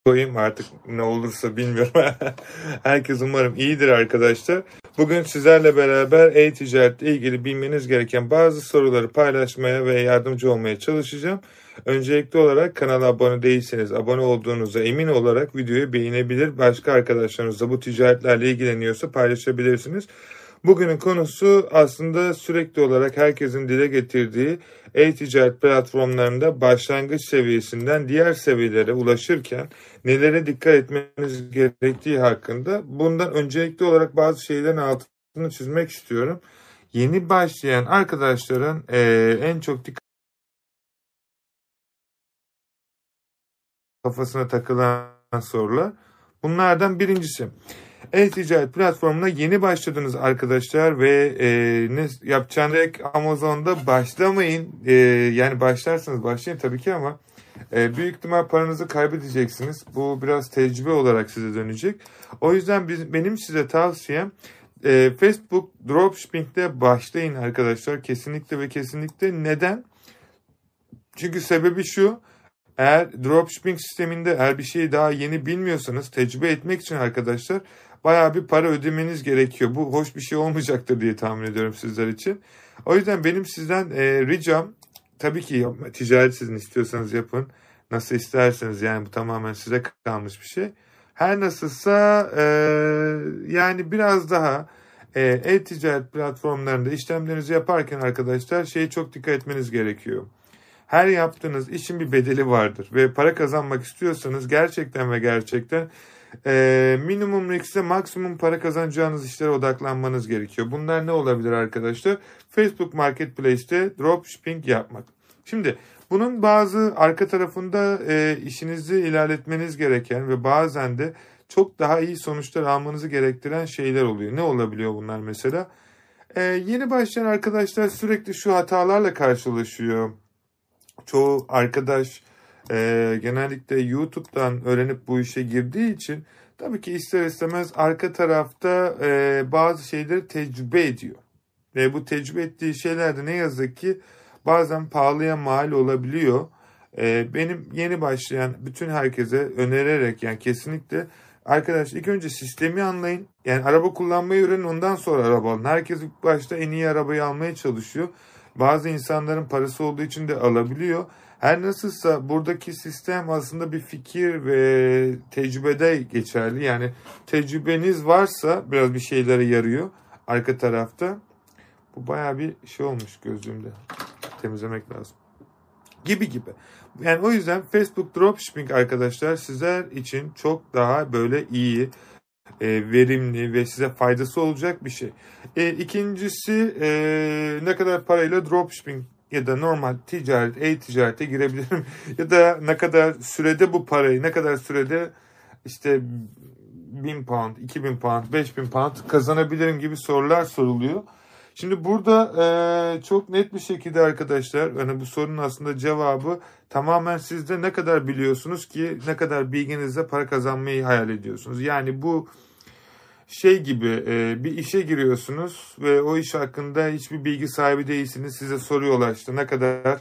koyayım artık, ne olursa bilmiyorum. Herkes umarım iyidir arkadaşlar. Bugün sizlerle beraber e-ticaretle ilgili bilmeniz gereken bazı soruları paylaşmaya ve yardımcı olmaya çalışacağım. Öncelikli olarak kanala abone değilseniz abone olduğunuza emin olarak videoyu beğenebilir, başka arkadaşlarınızla bu ticaretlerle ilgileniyorsa paylaşabilirsiniz. Bugünün konusu aslında sürekli olarak herkesin dile getirdiği e-ticaret platformlarında başlangıç seviyesinden diğer seviyelere ulaşırken nelere dikkat etmeniz gerektiği hakkında. Bundan öncelikli olarak bazı şeylerin altını çizmek istiyorum. Yeni başlayan arkadaşların en çok dikkat kafasına takılan sorular. Bunlardan birincisi, e-ticaret platformuna yeni başladınız arkadaşlar ve ne yapacağını direkt Amazon'da başlamayın. Yani başlarsanız başlayın tabii ki ama büyük ihtimal paranızı kaybedeceksiniz. Bu biraz tecrübe olarak size dönecek. O yüzden benim size tavsiyem Facebook Dropshipping'de başlayın arkadaşlar. Kesinlikle ve kesinlikle. Neden? Çünkü sebebi şu. Eğer dropshipping sisteminde eğer bir şeyi daha yeni bilmiyorsanız tecrübe etmek için arkadaşlar bayağı bir para ödemeniz gerekiyor. Bu hoş bir şey olmayacaktır diye tahmin ediyorum sizler için. O yüzden benim sizden ricam, tabii ki ticaret sizin istiyorsanız yapın. Nasıl isterseniz, yani bu tamamen size kalmış bir şey. Her nasılsa yani biraz daha e-ticaret platformlarında işlemlerinizi yaparken arkadaşlar şeye çok dikkat etmeniz gerekiyor. Her yaptığınız işin bir bedeli vardır ve para kazanmak istiyorsanız gerçekten ve gerçekten minimum riskle maksimum para kazanacağınız işlere odaklanmanız gerekiyor. Bunlar ne olabilir arkadaşlar? Facebook Marketplace'te dropshipping yapmak. Şimdi bunun bazı arka tarafında işinizi ilerletmeniz gereken ve bazen de çok daha iyi sonuçlar almanızı gerektiren şeyler oluyor. Ne olabiliyor bunlar mesela? Yeni başlayan arkadaşlar sürekli şu hatalarla karşılaşıyor. Çoğu arkadaş genellikle YouTube'dan öğrenip bu işe girdiği için tabii ki ister istemez arka tarafta bazı şeyleri tecrübe ediyor. Ve bu tecrübe ettiği şeyler de ne yazık ki bazen pahalıya mal olabiliyor. Benim yeni başlayan bütün herkese önererek, yani kesinlikle arkadaşlar ilk önce sistemi anlayın. Yani araba kullanmayı öğrenin, ondan sonra araba alın. Herkes ilk başta en iyi arabayı almaya çalışıyor. Bazı insanların parası olduğu için de alabiliyor. Her nasılsa buradaki sistem aslında bir fikir ve tecrübede geçerli. Yani tecrübeniz varsa biraz bir şeylere yarıyor arka tarafta. Bu bayağı bir şey olmuş gözlüğümde. Temizlemek lazım. Gibi. Yani o yüzden Facebook Dropshipping arkadaşlar sizler için çok daha böyle iyi, verimli ve size faydası olacak bir şey. İkincisi, ne kadar parayla dropshipping ya da normal ticaret, e-ticarete girebilirim ya da ne kadar sürede bu parayı, ne kadar sürede işte 1000 pound, 2000 pound, 5000 pound kazanabilirim gibi sorular soruluyor. Şimdi burada çok net bir şekilde arkadaşlar, hani bu sorunun aslında cevabı tamamen sizde, ne kadar biliyorsunuz ki ne kadar bilginizle para kazanmayı hayal ediyorsunuz. Yani bu şey gibi, bir işe giriyorsunuz ve o iş hakkında hiçbir bilgi sahibi değilsiniz. Size soruyorlar işte ne kadar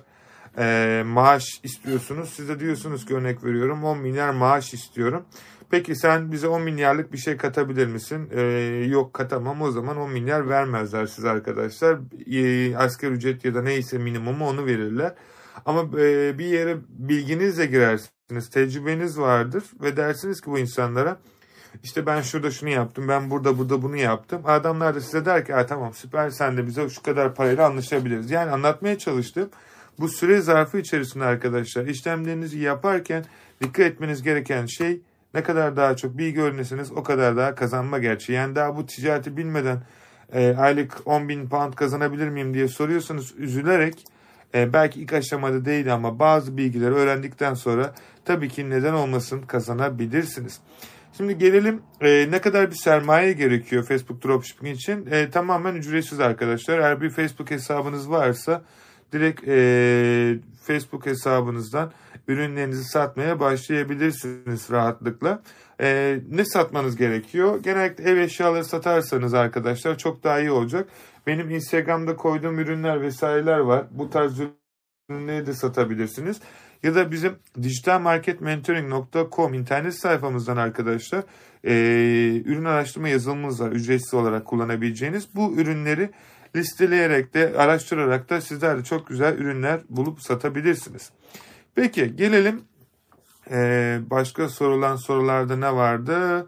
maaş istiyorsunuz. Siz de diyorsunuz ki, örnek veriyorum, 10 milyar maaş istiyorum. Peki sen bize 10 milyarlık bir şey katabilir misin? Yok, katamam. O zaman 10 milyar vermezler size arkadaşlar. Asgari ücret ya da neyse minimumu onu verirler. Ama bir yere bilginizle girersiniz. Tecrübeniz vardır ve dersiniz ki bu insanlara, İşte ben şurada şunu yaptım, ben burada bunu yaptım. Adamlar da size der ki, tamam süper, sen de bize şu kadar parayla anlaşabiliriz. Yani anlatmaya çalıştığım bu süre zarfı içerisinde arkadaşlar işlemlerinizi yaparken dikkat etmeniz gereken şey, ne kadar daha çok bilgi öğrenirseniz o kadar daha kazanma gerçeği. Yani daha bu ticareti bilmeden aylık 10.000 pound kazanabilir miyim diye soruyorsanız üzülerek, belki ilk aşamada değil ama bazı bilgileri öğrendikten sonra tabii ki neden olmasın kazanabilirsiniz. Şimdi gelelim ne kadar bir sermaye gerekiyor Facebook Dropshipping için. Tamamen ücretsiz arkadaşlar. Eğer bir Facebook hesabınız varsa direkt Facebook hesabınızdan ürünlerinizi satmaya başlayabilirsiniz rahatlıkla. Ne satmanız gerekiyor? Genellikle ev eşyaları satarsanız arkadaşlar çok daha iyi olacak. Benim Instagram'da koyduğum ürünler vesaireler var. Bu tarz ürünleri de satabilirsiniz. ya da bizim digitalmarketmentoring.com internet sayfamızdan arkadaşlar ürün araştırma yazılımımız var. Ücretsiz olarak kullanabileceğiniz. Bu ürünleri listeleyerek de araştırarak da sizler de çok güzel ürünler bulup satabilirsiniz. Peki gelelim başka sorulan sorularda ne vardı?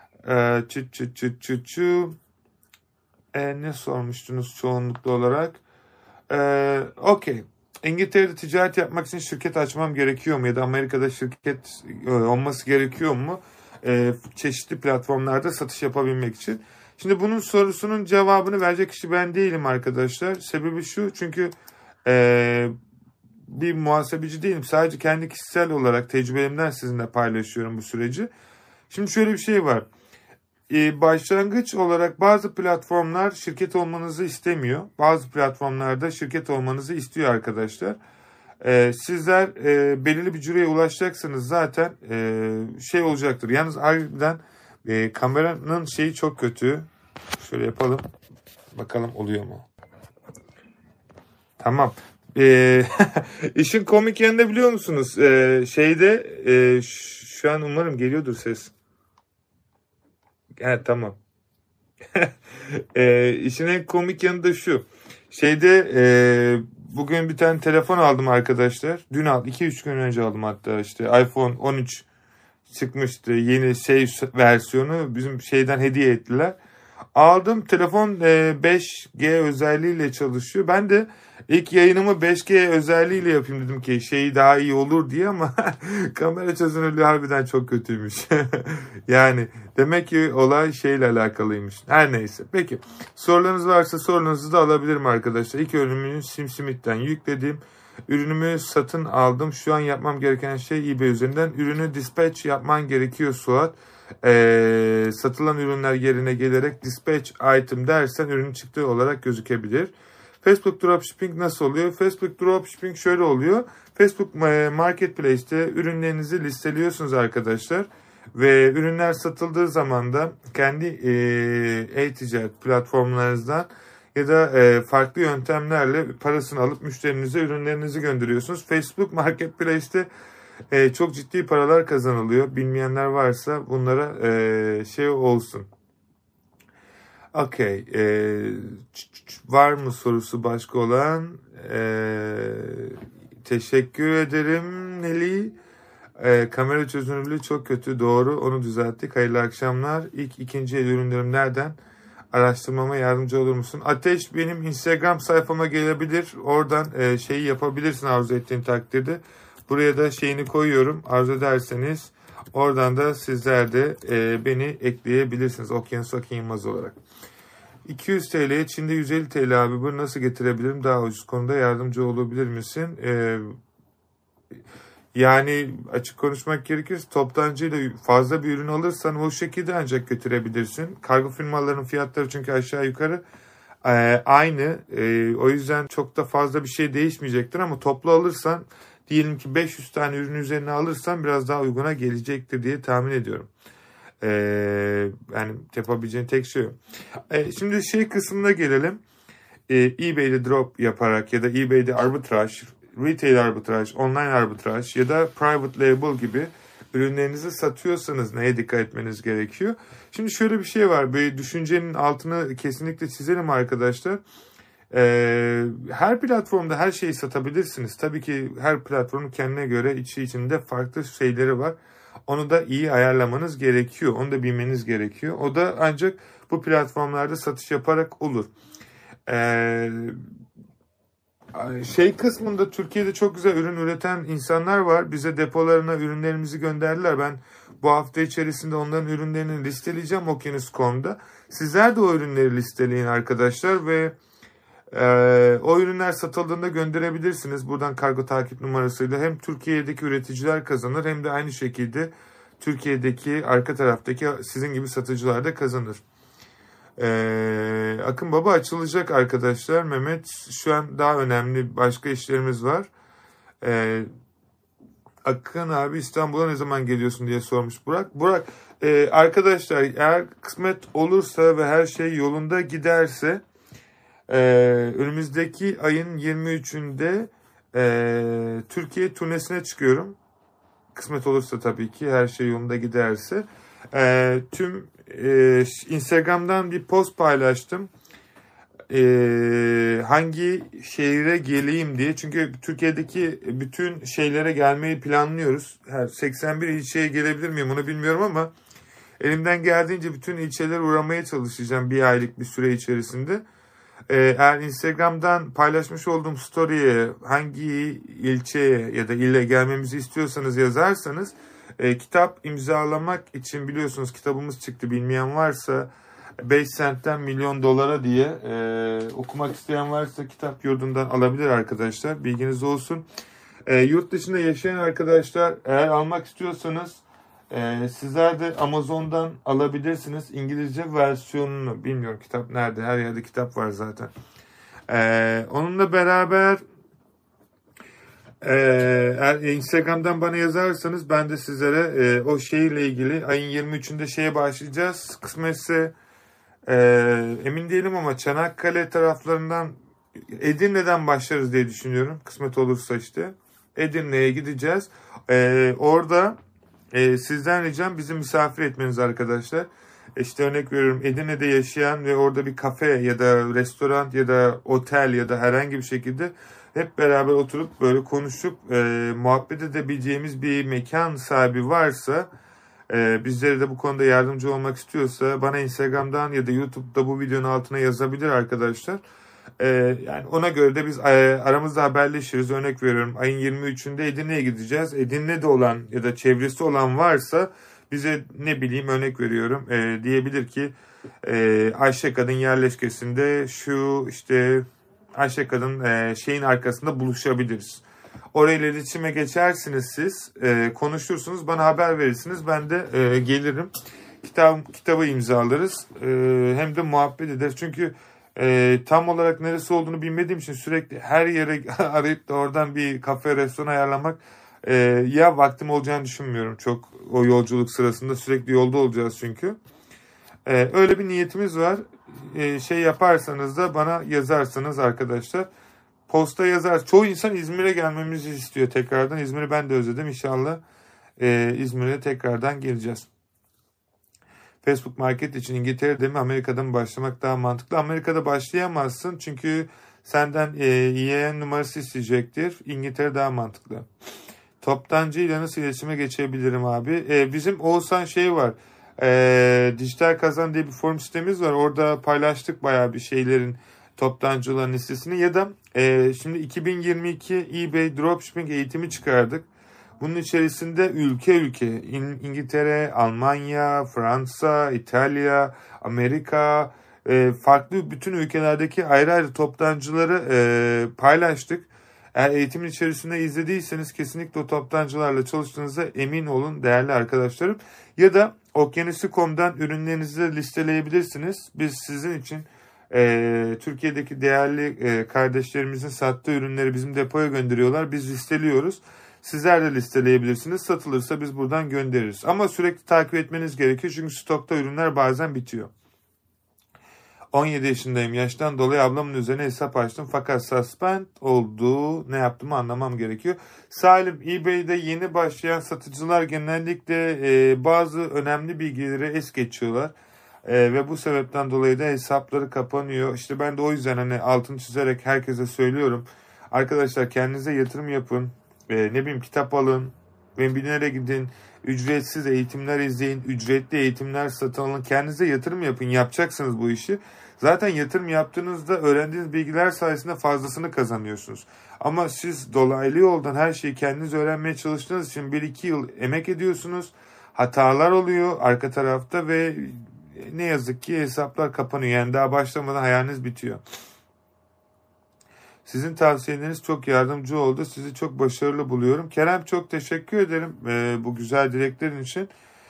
Ne sormuştunuz çoğunlukla olarak? Okey. İngiltere'de ticaret yapmak için şirket açmam gerekiyor mu? Ya da Amerika'da şirket olması gerekiyor mu? Çeşitli platformlarda satış yapabilmek için. Şimdi bunun sorusunun cevabını verecek kişi ben değilim arkadaşlar. Sebebi şu, çünkü bir muhasebeci değilim. Sadece kendi kişisel olarak tecrübelerimden sizinle paylaşıyorum bu süreci. Şimdi şöyle bir şey var. Başlangıç olarak bazı platformlar şirket olmanızı istemiyor. Bazı platformlarda şirket olmanızı istiyor arkadaşlar. Sizler belirli bir cüreye ulaşacaksınız zaten şey olacaktır. Yalnız harbiden kameranın şeyi çok kötü. Şöyle yapalım. Bakalım oluyor mu? Tamam. İşin komik yanında biliyor musunuz? Şu an umarım geliyordur ses. Evet, tamam. İşin en komik yanı da şu. Bugün bir tane telefon aldım arkadaşlar. Dün aldım. 2-3 gün önce aldım hatta işte. iPhone 13 çıkmıştı. Yeni versiyonu bizim şeyden hediye ettiler. Aldım. Telefon 5G özelliğiyle çalışıyor. Ben de ilk yayınımı 5G özelliğiyle yapayım dedim ki daha iyi olur diye, ama kamera çözünürlüğü harbiden çok kötüymüş. Yani demek ki olay şeyle alakalıymış. Her neyse. Peki sorularınız varsa sorularınızı da alabilirim arkadaşlar. İlk ürünümü SimSuite'den yükledim. Ürünümü satın aldım. Şu an yapmam gereken şey eBay üzerinden ürünü dispatch yapman gerekiyor Suat. Satılan ürünler yerine gelerek dispatch item dersen ürün çıktığı olarak gözükebilir. Facebook Dropshipping nasıl oluyor? Facebook Dropshipping şöyle oluyor. Facebook Marketplace'te ürünlerinizi listeliyorsunuz arkadaşlar. Ve ürünler satıldığı zaman da kendi e-ticaret platformlarınızdan ya da farklı yöntemlerle parasını alıp müşterinize ürünlerinizi gönderiyorsunuz. Facebook Marketplace'te çok ciddi paralar kazanılıyor. Bilmeyenler varsa bunlara şey olsun. Okey. Var mı sorusu başka olan? Teşekkür ederim Nelly. Kamera çözünürlüğü çok kötü. Doğru. Onu düzelttik. Hayırlı akşamlar. İkinci el ürünlerim nereden? Araştırmama yardımcı olur musun? Ateş, benim Instagram sayfama gelebilir. Oradan şeyi yapabilirsin arzu ettiğin takdirde. Buraya da şeyini koyuyorum. Arzu ederseniz oradan da sizler de beni ekleyebilirsiniz. Okyanus Akın Yılmaz olarak. 200 TL'ye Çin'de 150 TL abi. Bunu nasıl getirebilirim? Daha ucuz konuda yardımcı olabilir misin? Yani açık konuşmak gerekirse toptancıyla fazla bir ürün alırsan o şekilde ancak götürebilirsin. Kargo firmalarının fiyatları çünkü aşağı yukarı aynı. O yüzden çok da fazla bir şey değişmeyecektir, ama toplu alırsan, diyelim ki 500 tane ürün üzerine alırsan biraz daha uyguna gelecektir diye tahmin ediyorum. Yani yapabileceğin tek şey o. Şimdi şey kısmına gelelim. eBay'de drop yaparak ya da eBay'de arbitraj, retail arbitraj, online arbitraj ya da private label gibi ürünlerinizi satıyorsanız neye dikkat etmeniz gerekiyor? Şimdi şöyle bir şey var. Bir düşüncenin altını kesinlikle çizelim arkadaşlar. Her platformda her şeyi satabilirsiniz. Tabii ki her platformun kendine göre içinde farklı şeyleri var. Onu da iyi ayarlamanız gerekiyor. Onu da bilmeniz gerekiyor. O da ancak bu platformlarda satış yaparak olur. Şey kısmında Türkiye'de çok güzel ürün üreten insanlar var. Bize depolarına ürünlerimizi gönderdiler. Ben bu hafta içerisinde onların ürünlerini listeleyeceğim Okyanus.com'da. Sizler de o ürünleri listeleyin arkadaşlar ve o ürünler satıldığında gönderebilirsiniz. Buradan kargo takip numarasıyla hem Türkiye'deki üreticiler kazanır hem de aynı şekilde Türkiye'deki arka taraftaki sizin gibi satıcılar da kazanır. Akın Baba açılacak arkadaşlar. Mehmet, şu an daha önemli başka işlerimiz var. Akın abi İstanbul'a ne zaman geliyorsun diye sormuş Burak. Burak arkadaşlar, eğer kısmet olursa ve her şey yolunda giderse önümüzdeki ayın 23'ünde Türkiye turnesine çıkıyorum. Kısmet olursa tabii ki, her şey yolunda giderse. Tüm Instagram'dan bir post paylaştım. Hangi şehire geleyim diye. Çünkü Türkiye'deki bütün şeylere gelmeyi planlıyoruz. Her 81 ilçeye gelebilir miyim onu bilmiyorum ama elimden geldiğince bütün ilçelere uğramaya çalışacağım bir aylık bir süre içerisinde. Eğer Instagram'dan paylaşmış olduğum story'e hangi ilçeye ya da ille gelmemizi istiyorsanız yazarsanız, kitap imzalamak için, biliyorsunuz kitabımız çıktı, bilmeyen varsa 5 centten milyon dolara diye, okumak isteyen varsa kitap yurdundan alabilir arkadaşlar, bilginiz olsun. Yurt dışında yaşayan arkadaşlar eğer almak istiyorsanız sizler de Amazon'dan alabilirsiniz. İngilizce versiyonunu, bilmiyorum kitap nerede, her yerde kitap var zaten. Onunla beraber eğer Instagram'dan bana yazarsanız ben de sizlere o şehirle ilgili ayın 23'ünde şeye başlayacağız. Kısmetse emin değilim ama Çanakkale taraflarından, Edirne'den başlarız diye düşünüyorum. Kısmet olursa işte Edirne'ye gideceğiz. Orada sizden ricam bizi misafir etmeniz arkadaşlar. İşte örnek veriyorum, Edirne'de yaşayan ve orada bir kafe ya da restoran ya da otel ya da herhangi bir şekilde hep beraber oturup böyle konuşup muhabbet edebileceğimiz bir mekan sahibi varsa, bizlere de bu konuda yardımcı olmak istiyorsa bana Instagram'dan ya da YouTube'da bu videonun altına yazabilir arkadaşlar. Yani ona göre de biz aramızda haberleşiriz. Örnek veriyorum, ayın 23'ünde Edirne'ye gideceğiz. Edirne'de olan ya da çevresi olan varsa bize, ne bileyim, örnek veriyorum, diyebilir ki Ayşe Kadın yerleşkesinde şu işte Ayşe Kadın şeyin arkasında buluşabiliriz. Orayla iletişime geçersiniz siz, konuşursunuz, bana haber verirsiniz, ben de gelirim. Kitabı imzalarız, hem de muhabbet ederiz. Çünkü tam olarak neresi olduğunu bilmediğim için sürekli her yere arayıp da oradan bir kafe, restoran ayarlamak, ya vaktim olacağını düşünmüyorum çok o yolculuk sırasında. Sürekli yolda olacağız çünkü. Öyle bir niyetimiz var. Şey yaparsanız da bana yazarsanız arkadaşlar, posta yazar. Çoğu insan İzmir'e gelmemizi istiyor tekrardan. İzmir'i ben de özledim. İnşallah İzmir'e tekrardan geleceğiz. Facebook Market için İngiltere'de mi Amerika'da mı başlamak daha mantıklı? Amerika'da başlayamazsın çünkü senden yeğen numarası isteyecektir. İngiltere daha mantıklı. Toptancı ile nasıl iletişime geçebilirim abi? Bizim Oğuzhan şey var. Dijital Kazan diye bir forum sitemiz var. Orada paylaştık bayağı bir şeylerin, toptancıların listesini. Ya da şimdi 2022 eBay Dropshipping eğitimi çıkardık. Bunun içerisinde ülke İngiltere, Almanya, Fransa, İtalya, Amerika, farklı bütün ülkelerdeki ayrı ayrı toptancıları paylaştık. Eğer eğitimin içerisinde izlediyseniz kesinlikle o toptancılarla çalıştığınızda emin olun değerli arkadaşlarım. Ya da Okyanusi.com'dan ürünlerinizi de listeleyebilirsiniz. Biz sizin için Türkiye'deki değerli kardeşlerimizin sattığı ürünleri bizim depoya gönderiyorlar. Biz listeliyoruz. Sizler de listeleyebilirsiniz. Satılırsa biz buradan göndeririz. Ama sürekli takip etmeniz gerekiyor. Çünkü stokta ürünler bazen bitiyor. 17 yaşındayım. Yaştan dolayı ablamın üzerine hesap açtım. Fakat suspend oldu. Ne yaptığımı anlamam gerekiyor. Salim, eBay'de yeni başlayan satıcılar genellikle bazı önemli bilgileri es geçiyorlar. Ve bu sebepten dolayı da hesapları kapanıyor. İşte ben de o yüzden hani altını çizerek herkese söylüyorum. Arkadaşlar kendinize yatırım yapın. Ne bileyim, kitap alın. Webinar'a gidin. Ücretsiz eğitimler izleyin. Ücretli eğitimler satın alın. Kendinize yatırım yapın. Yapacaksınız bu işi. Zaten yatırım yaptığınızda öğrendiğiniz bilgiler sayesinde fazlasını kazanıyorsunuz. Ama siz dolaylı yoldan her şeyi kendiniz öğrenmeye çalıştığınız için 1-2 yıl emek ediyorsunuz. Hatalar oluyor arka tarafta ve ne yazık ki hesaplar kapanıyor. Yani daha başlamadan hayaliniz bitiyor. Sizin tavsiyeleriniz çok yardımcı oldu. Sizi çok başarılı buluyorum. Kerem, çok teşekkür ederim bu güzel dileklerin için.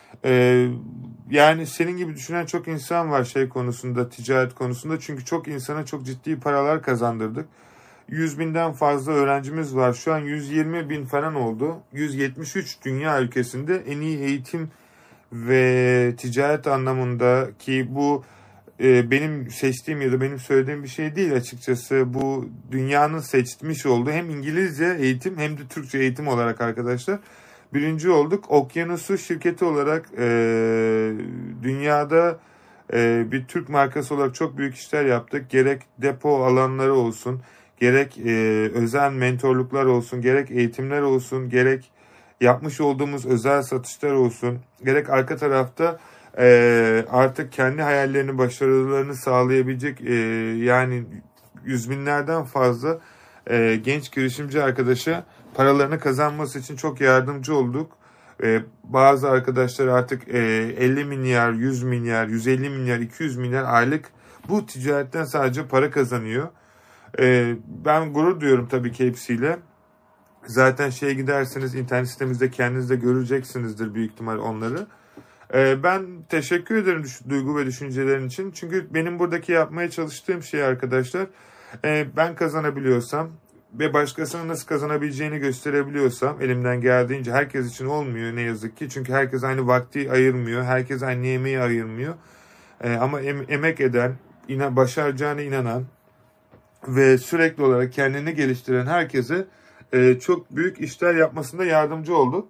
Yani senin gibi düşünen çok insan var şey konusunda, ticaret konusunda. Çünkü çok insana çok ciddi paralar kazandırdık. 100.000'den fazla öğrencimiz var. Şu an 120.000 falan oldu. 173 dünya ülkesinde en iyi eğitim ve ticaret anlamında ki bu benim seçtiğim ya da benim söylediğim bir şey değil açıkçası. Bu dünyanın seçmiş olduğu hem İngilizce eğitim hem de Türkçe eğitim olarak arkadaşlar. Birinci olduk. Okyanusu şirketi olarak dünyada bir Türk markası olarak çok büyük işler yaptık. Gerek depo alanları olsun, gerek özel mentorluklar olsun, gerek eğitimler olsun, gerek yapmış olduğumuz özel satışlar olsun, gerek arka tarafta artık kendi hayallerini, başarılarını sağlayabilecek yani yüz binlerden fazla genç girişimci arkadaşa paralarını kazanması için çok yardımcı olduk. Bazı arkadaşlar artık 50 milyar, 100 milyar, 150 milyar, 200 milyar aylık bu ticaretten sadece para kazanıyor. Ben gurur duyuyorum tabii ki hepsiyle. Zaten şeye giderseniz internet sitemizde kendiniz de göreceksinizdir büyük ihtimal onları. Ben teşekkür ederim duygu ve düşüncelerin için. Çünkü benim buradaki yapmaya çalıştığım şey arkadaşlar, ben kazanabiliyorsam ve başkasının nasıl kazanabileceğini gösterebiliyorsam elimden geldiğince, herkes için olmuyor ne yazık ki. Çünkü herkes aynı vakti ayırmıyor, herkes aynı yemeği ayırmıyor. Ama emek eden, başaracağına inanan ve sürekli olarak kendini geliştiren herkese çok büyük işler yapmasında yardımcı olduk.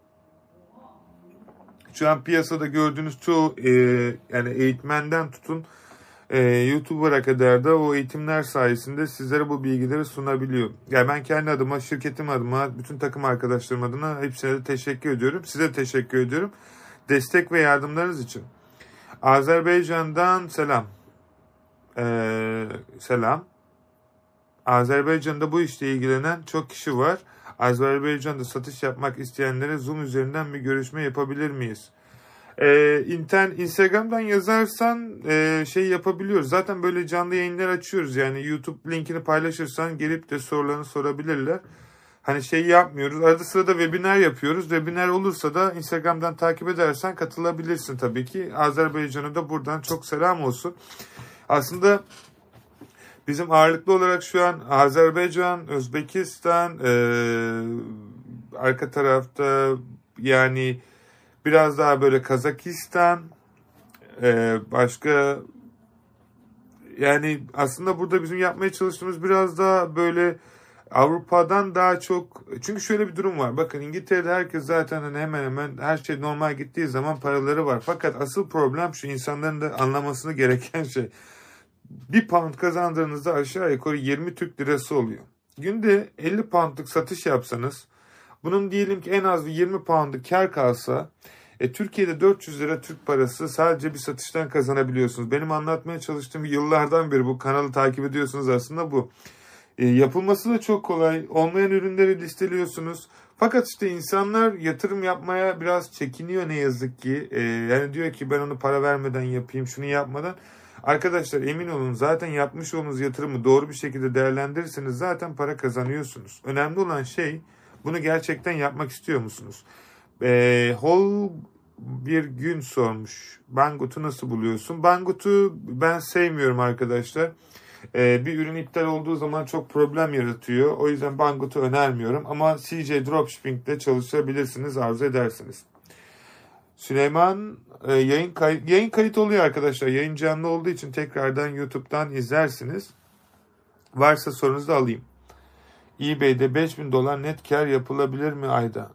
Şu an piyasada gördüğünüz çoğu yani eğitmenden tutun YouTuber'a kadar da o eğitimler sayesinde sizlere bu bilgileri sunabiliyor. Yani ben kendi adıma, şirketim adıma, bütün takım arkadaşlarım adına hepsine de teşekkür ediyorum. Size teşekkür ediyorum. Destek ve yardımlarınız için. Azerbaycan'dan selam. Selam. Azerbaycan'da bu işle ilgilenen çok kişi var. Azerbaycan'da satış yapmak isteyenlere Zoom üzerinden bir görüşme yapabilir miyiz? Instagram'dan yazarsan şey yapabiliyoruz. Zaten böyle canlı yayınlar açıyoruz. Yani YouTube linkini paylaşırsan gelip de sorularını sorabilirler. Hani şey yapmıyoruz. Arada sırada webinar yapıyoruz. Webinar olursa da Instagram'dan takip edersen katılabilirsin tabii ki. Azerbaycan'a da buradan çok selam olsun. Aslında bizim ağırlıklı olarak şu an Azerbaycan, Özbekistan, arka tarafta yani biraz daha böyle Kazakistan, başka yani aslında burada bizim yapmaya çalıştığımız biraz daha böyle Avrupa'dan daha çok, çünkü şöyle bir durum var. Bakın İngiltere'de herkes zaten hani hemen hemen her şey normal gittiği zaman paraları var. Fakat asıl problem şu, insanların da anlamasını gereken şey. 1 pound kazandığınızda aşağı yukarı 20 Türk lirası oluyor. Günde 50 poundluk satış yapsanız, bunun diyelim ki en az 20 pound'u kar kalsa, Türkiye'de 400 lira Türk parası sadece bir satıştan kazanabiliyorsunuz. Benim anlatmaya çalıştığım yıllardan beri, bu kanalı takip ediyorsunuz aslında bu. Yapılması da çok kolay. Olmayan ürünleri listeliyorsunuz. Fakat işte insanlar yatırım yapmaya biraz çekiniyor ne yazık ki. Yani diyor ki ben onu para vermeden yapayım, şunu yapmadan. Arkadaşlar emin olun, zaten yapmış olduğunuz yatırımı doğru bir şekilde değerlendirirseniz zaten para kazanıyorsunuz. Önemli olan şey, bunu gerçekten yapmak istiyor musunuz? Hol bir gün sormuş. Banggood'u nasıl buluyorsun? Banggood'u ben sevmiyorum arkadaşlar. Bir ürün iptal olduğu zaman çok problem yaratıyor. O yüzden Banggood'u önermiyorum. Ama CJ Dropshipping ile çalışabilirsiniz arzu ederseniz. Süleyman, yayın kayıt oluyor arkadaşlar. Yayın canlı olduğu için tekrardan YouTube'dan izlersiniz. Varsa sorunuzu da alayım. eBay'de $5.000 net kar yapılabilir mi ayda?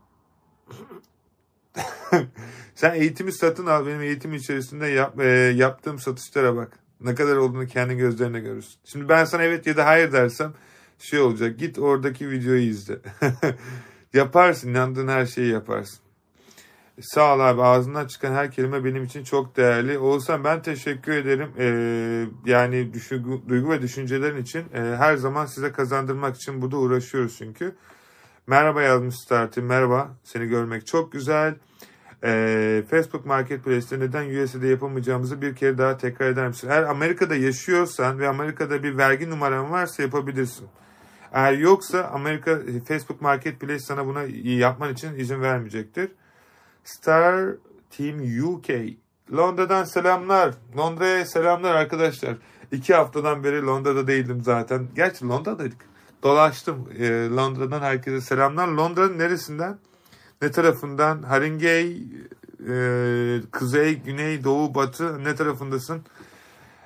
Sen eğitimi satın al. Benim eğitim içerisinde yaptığım satışlara bak. Ne kadar olduğunu kendi gözlerine görürsün. Şimdi ben sana evet ya da hayır dersem şey olacak. Git oradaki videoyu izle. Yaparsın. İnandığın her şeyi yaparsın. Sağ ol abi. Ağzından çıkan her kelime benim için çok değerli. Oğuzhan, ben teşekkür ederim. Yani duygu ve düşüncelerin için her zaman size kazandırmak için burada uğraşıyoruz çünkü. Merhaba yazmış Starty. Merhaba. Seni görmek çok güzel. Facebook Marketplace'te neden USA'da yapamayacağımızı bir kere daha tekrar eder misin? Eğer Amerika'da yaşıyorsan ve Amerika'da bir vergi numaran varsa yapabilirsin. Eğer yoksa Facebook Marketplace sana buna yapman için izin vermeyecektir. Star Team UK. Londra'dan selamlar. Londra'ya selamlar arkadaşlar. 2 haftadan beri Londra'da değildim zaten. Gerçi Londra'daydık. Dolaştım. Londra'dan herkese selamlar. Londra'nın neresinden? Ne tarafından? Haringey, kuzey, güney, doğu, batı ne tarafındasın?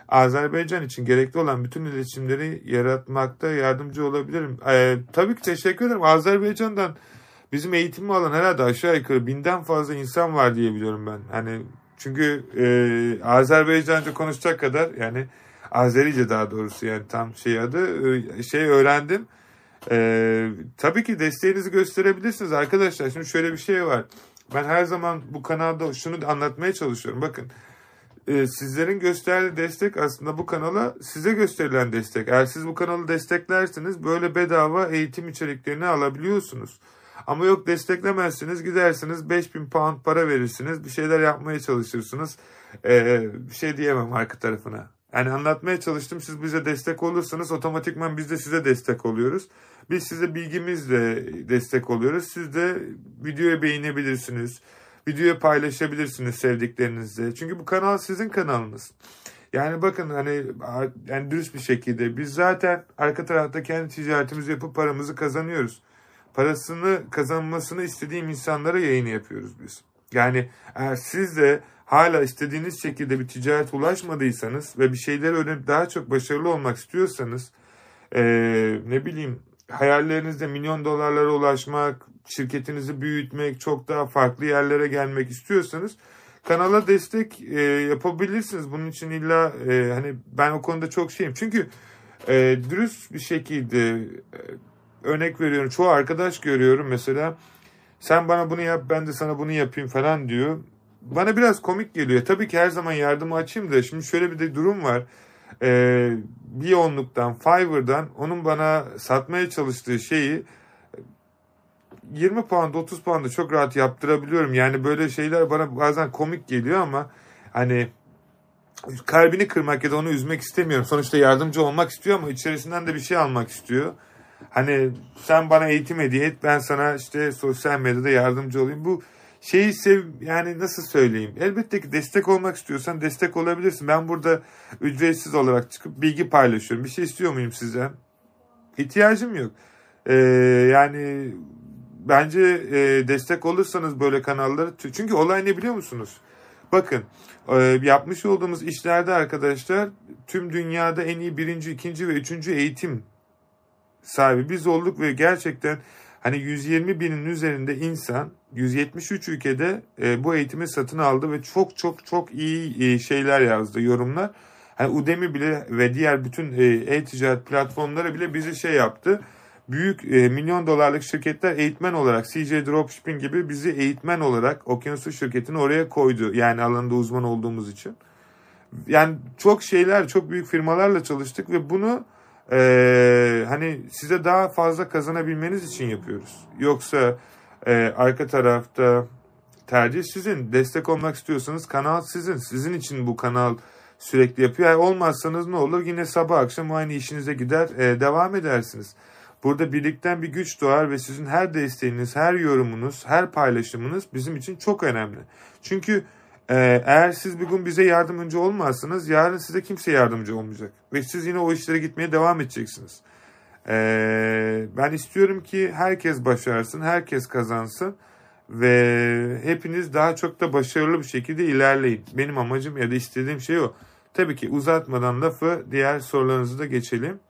Azerbaycan için gerekli olan bütün iletişimleri yaratmakta yardımcı olabilirim. Tabii ki teşekkür ederim. Azerbaycan'dan bizim eğitimi alan herhalde aşağı yukarı 1000'den fazla insan var diye biliyorum ben. Hani çünkü Azerbaycanca konuşacak kadar, yani Azerice daha doğrusu, yani tam adı öğrendim. Tabii ki desteğinizi gösterebilirsiniz arkadaşlar. Şimdi şöyle bir şey var. Ben her zaman bu kanalda şunu anlatmaya çalışıyorum. Bakın, sizlerin gösterdiği destek aslında bu kanala size gösterilen destek. Eğer siz bu kanalı desteklerseniz böyle bedava eğitim içeriklerini alabiliyorsunuz. Ama yok, desteklemezsiniz, gidersiniz 5000 pound para verirsiniz, bir şeyler yapmaya çalışırsınız. Bir şey diyemem arka tarafına. Yani anlatmaya çalıştım, siz bize destek olursanız otomatikman biz de size destek oluyoruz. Biz size bilgimizle destek oluyoruz. Siz de videoyu beğenebilirsiniz. Videoyu paylaşabilirsiniz sevdiklerinizle. Çünkü bu kanal sizin kanalınız. Yani bakın, yani dürüst bir şekilde biz zaten arka tarafta kendi ticaretimizi yapıp paramızı kazanıyoruz. Parasını kazanmasını istediğim insanlara yayını yapıyoruz biz. Yani eğer siz de hala istediğiniz şekilde bir ticarete ulaşmadıysanız ve bir şeyleri öğrenip daha çok başarılı olmak istiyorsanız, ne bileyim, hayallerinizde milyon dolarlara ulaşmak, şirketinizi büyütmek, çok daha farklı yerlere gelmek istiyorsanız kanala destek yapabilirsiniz. Bunun için illa hani ben o konuda çok şeyim. Çünkü dürüst bir şekilde örnek veriyorum, çoğu arkadaş görüyorum mesela, sen bana bunu yap ben de sana bunu yapayım falan diyor. Bana biraz komik geliyor. Tabii ki her zaman yardımı açayım da şimdi şöyle bir de durum var. Bir onluktan, Fiverr'dan onun bana satmaya çalıştığı şeyi 20 pound 30 pound'a çok rahat yaptırabiliyorum. Yani böyle şeyler bana bazen komik geliyor ama hani kalbini kırmak ya da onu üzmek istemiyorum. Sonuçta yardımcı olmak istiyor ama içerisinden de bir şey almak istiyor. Hani sen bana eğitim hediye et, ben sana işte sosyal medyada yardımcı olayım. Bu şeyi yani nasıl söyleyeyim? Elbette ki destek olmak istiyorsan destek olabilirsin. Ben burada ücretsiz olarak çıkıp bilgi paylaşıyorum. Bir şey istiyor muyum sizden? İhtiyacım yok. Yani bence destek olursanız böyle kanalları, çünkü olay ne biliyor musunuz? Bakın, yapmış olduğumuz işlerde arkadaşlar tüm dünyada en iyi 1., 2. ve 3. eğitim sahibi biz olduk ve gerçekten hani 120 binin üzerinde insan 173 ülkede bu eğitimi satın aldı ve çok çok çok iyi şeyler yazdı, yorumlar. Hani Udemy bile ve diğer bütün e-ticaret platformları bile bizi yaptı. Büyük milyon dolarlık şirketler eğitmen olarak, CJ Dropshipping gibi bizi eğitmen olarak Okyanuslu şirketini oraya koydu. Yani alanında uzman olduğumuz için. Yani çok büyük firmalarla çalıştık ve bunu hani size daha fazla kazanabilmeniz için yapıyoruz. Yoksa arka tarafta tercih sizin. Destek olmak istiyorsanız kanal sizin. Sizin için bu kanal sürekli yapıyor. Yani olmazsanız ne olur? Yine sabah akşam aynı işinize gider, devam edersiniz. Burada birlikten bir güç doğar ve sizin her desteğiniz, her yorumunuz, her paylaşımınız bizim için çok önemli. Çünkü eğer siz bir gün bize yardımcı olmazsanız yarın size kimse yardımcı olmayacak. Ve siz yine o işlere gitmeye devam edeceksiniz. Ben istiyorum ki herkes başarsın, herkes kazansın ve hepiniz daha çok da başarılı bir şekilde ilerleyin. Benim amacım ya da istediğim şey o. Tabii ki uzatmadan lafı diğer sorularınızı da geçelim.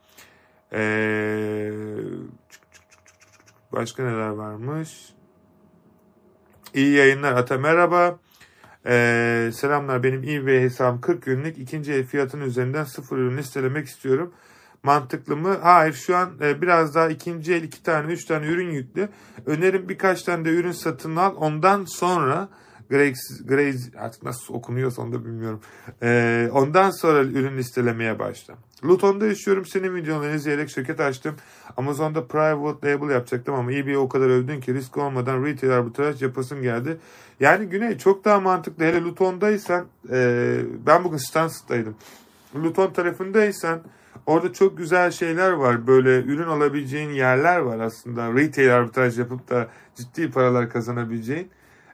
Başka neler varmış? İyi yayınlar Ata, merhaba. Selamlar, benim eBay hesabım 40 günlük, ikinci el fiyatının üzerinden 0 ürün listelemek istiyorum. Mantıklı mı? Hayır, şu an biraz daha ikinci el 2 tane 3 tane ürün yüklü. Önerim birkaç tane de ürün satın al. Ondan sonra Grace artık nasıl okunuyorsa onu da bilmiyorum. Ondan sonra ürün listelemeye başla. Luton'da yaşıyorum. Senin videolarını izleyerek şirket açtım. Amazon'da private label yapacaktım ama eBay'i o kadar övdün ki risk olmadan retail arbitraj yapasım geldi. Yani Güney çok daha mantıklı. Hele Luton'daysan, ben bugün Stansted'daydım. Luton tarafındaysan orada çok güzel şeyler var. Böyle ürün alabileceğin yerler var aslında. Retail arbitraj yapıp da ciddi paralar kazanabileceğin.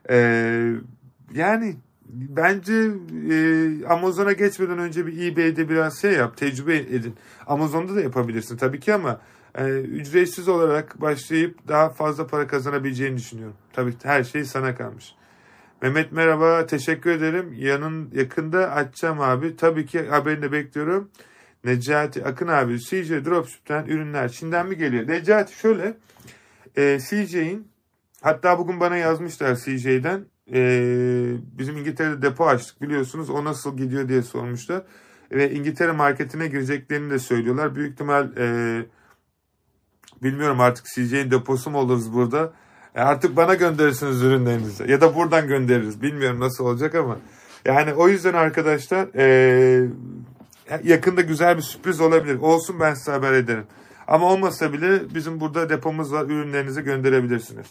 Yani bence Amazon'a geçmeden önce bir eBay'de biraz yap, tecrübe edin. Amazon'da da yapabilirsin tabii ki ama ücretsiz olarak başlayıp daha fazla para kazanabileceğini düşünüyorum. Tabii her şey sana kalmış. Mehmet merhaba, teşekkür ederim. Yakında açacağım abi. Tabii ki haberini de bekliyorum. Necati Akın abi, CJ Dropship'ten ürünler Çin'den mi geliyor? Necati şöyle, CJ'in, hatta bugün bana yazmışlar CJ'den. Bizim İngiltere'de depo açtık biliyorsunuz. O nasıl gidiyor diye sormuşlar. Ve İngiltere marketine gireceklerini de söylüyorlar. Büyük ihtimal bilmiyorum artık CJ'in deposu mu oluruz burada. Artık bana gönderirsiniz ürünlerinizi. Ya da buradan göndeririz. Bilmiyorum nasıl olacak ama. Yani o yüzden arkadaşlar yakında güzel bir sürpriz olabilir. Olsun, ben size haber ederim. Ama olmasa bile bizim burada depomuz var. Ürünlerinizi gönderebilirsiniz.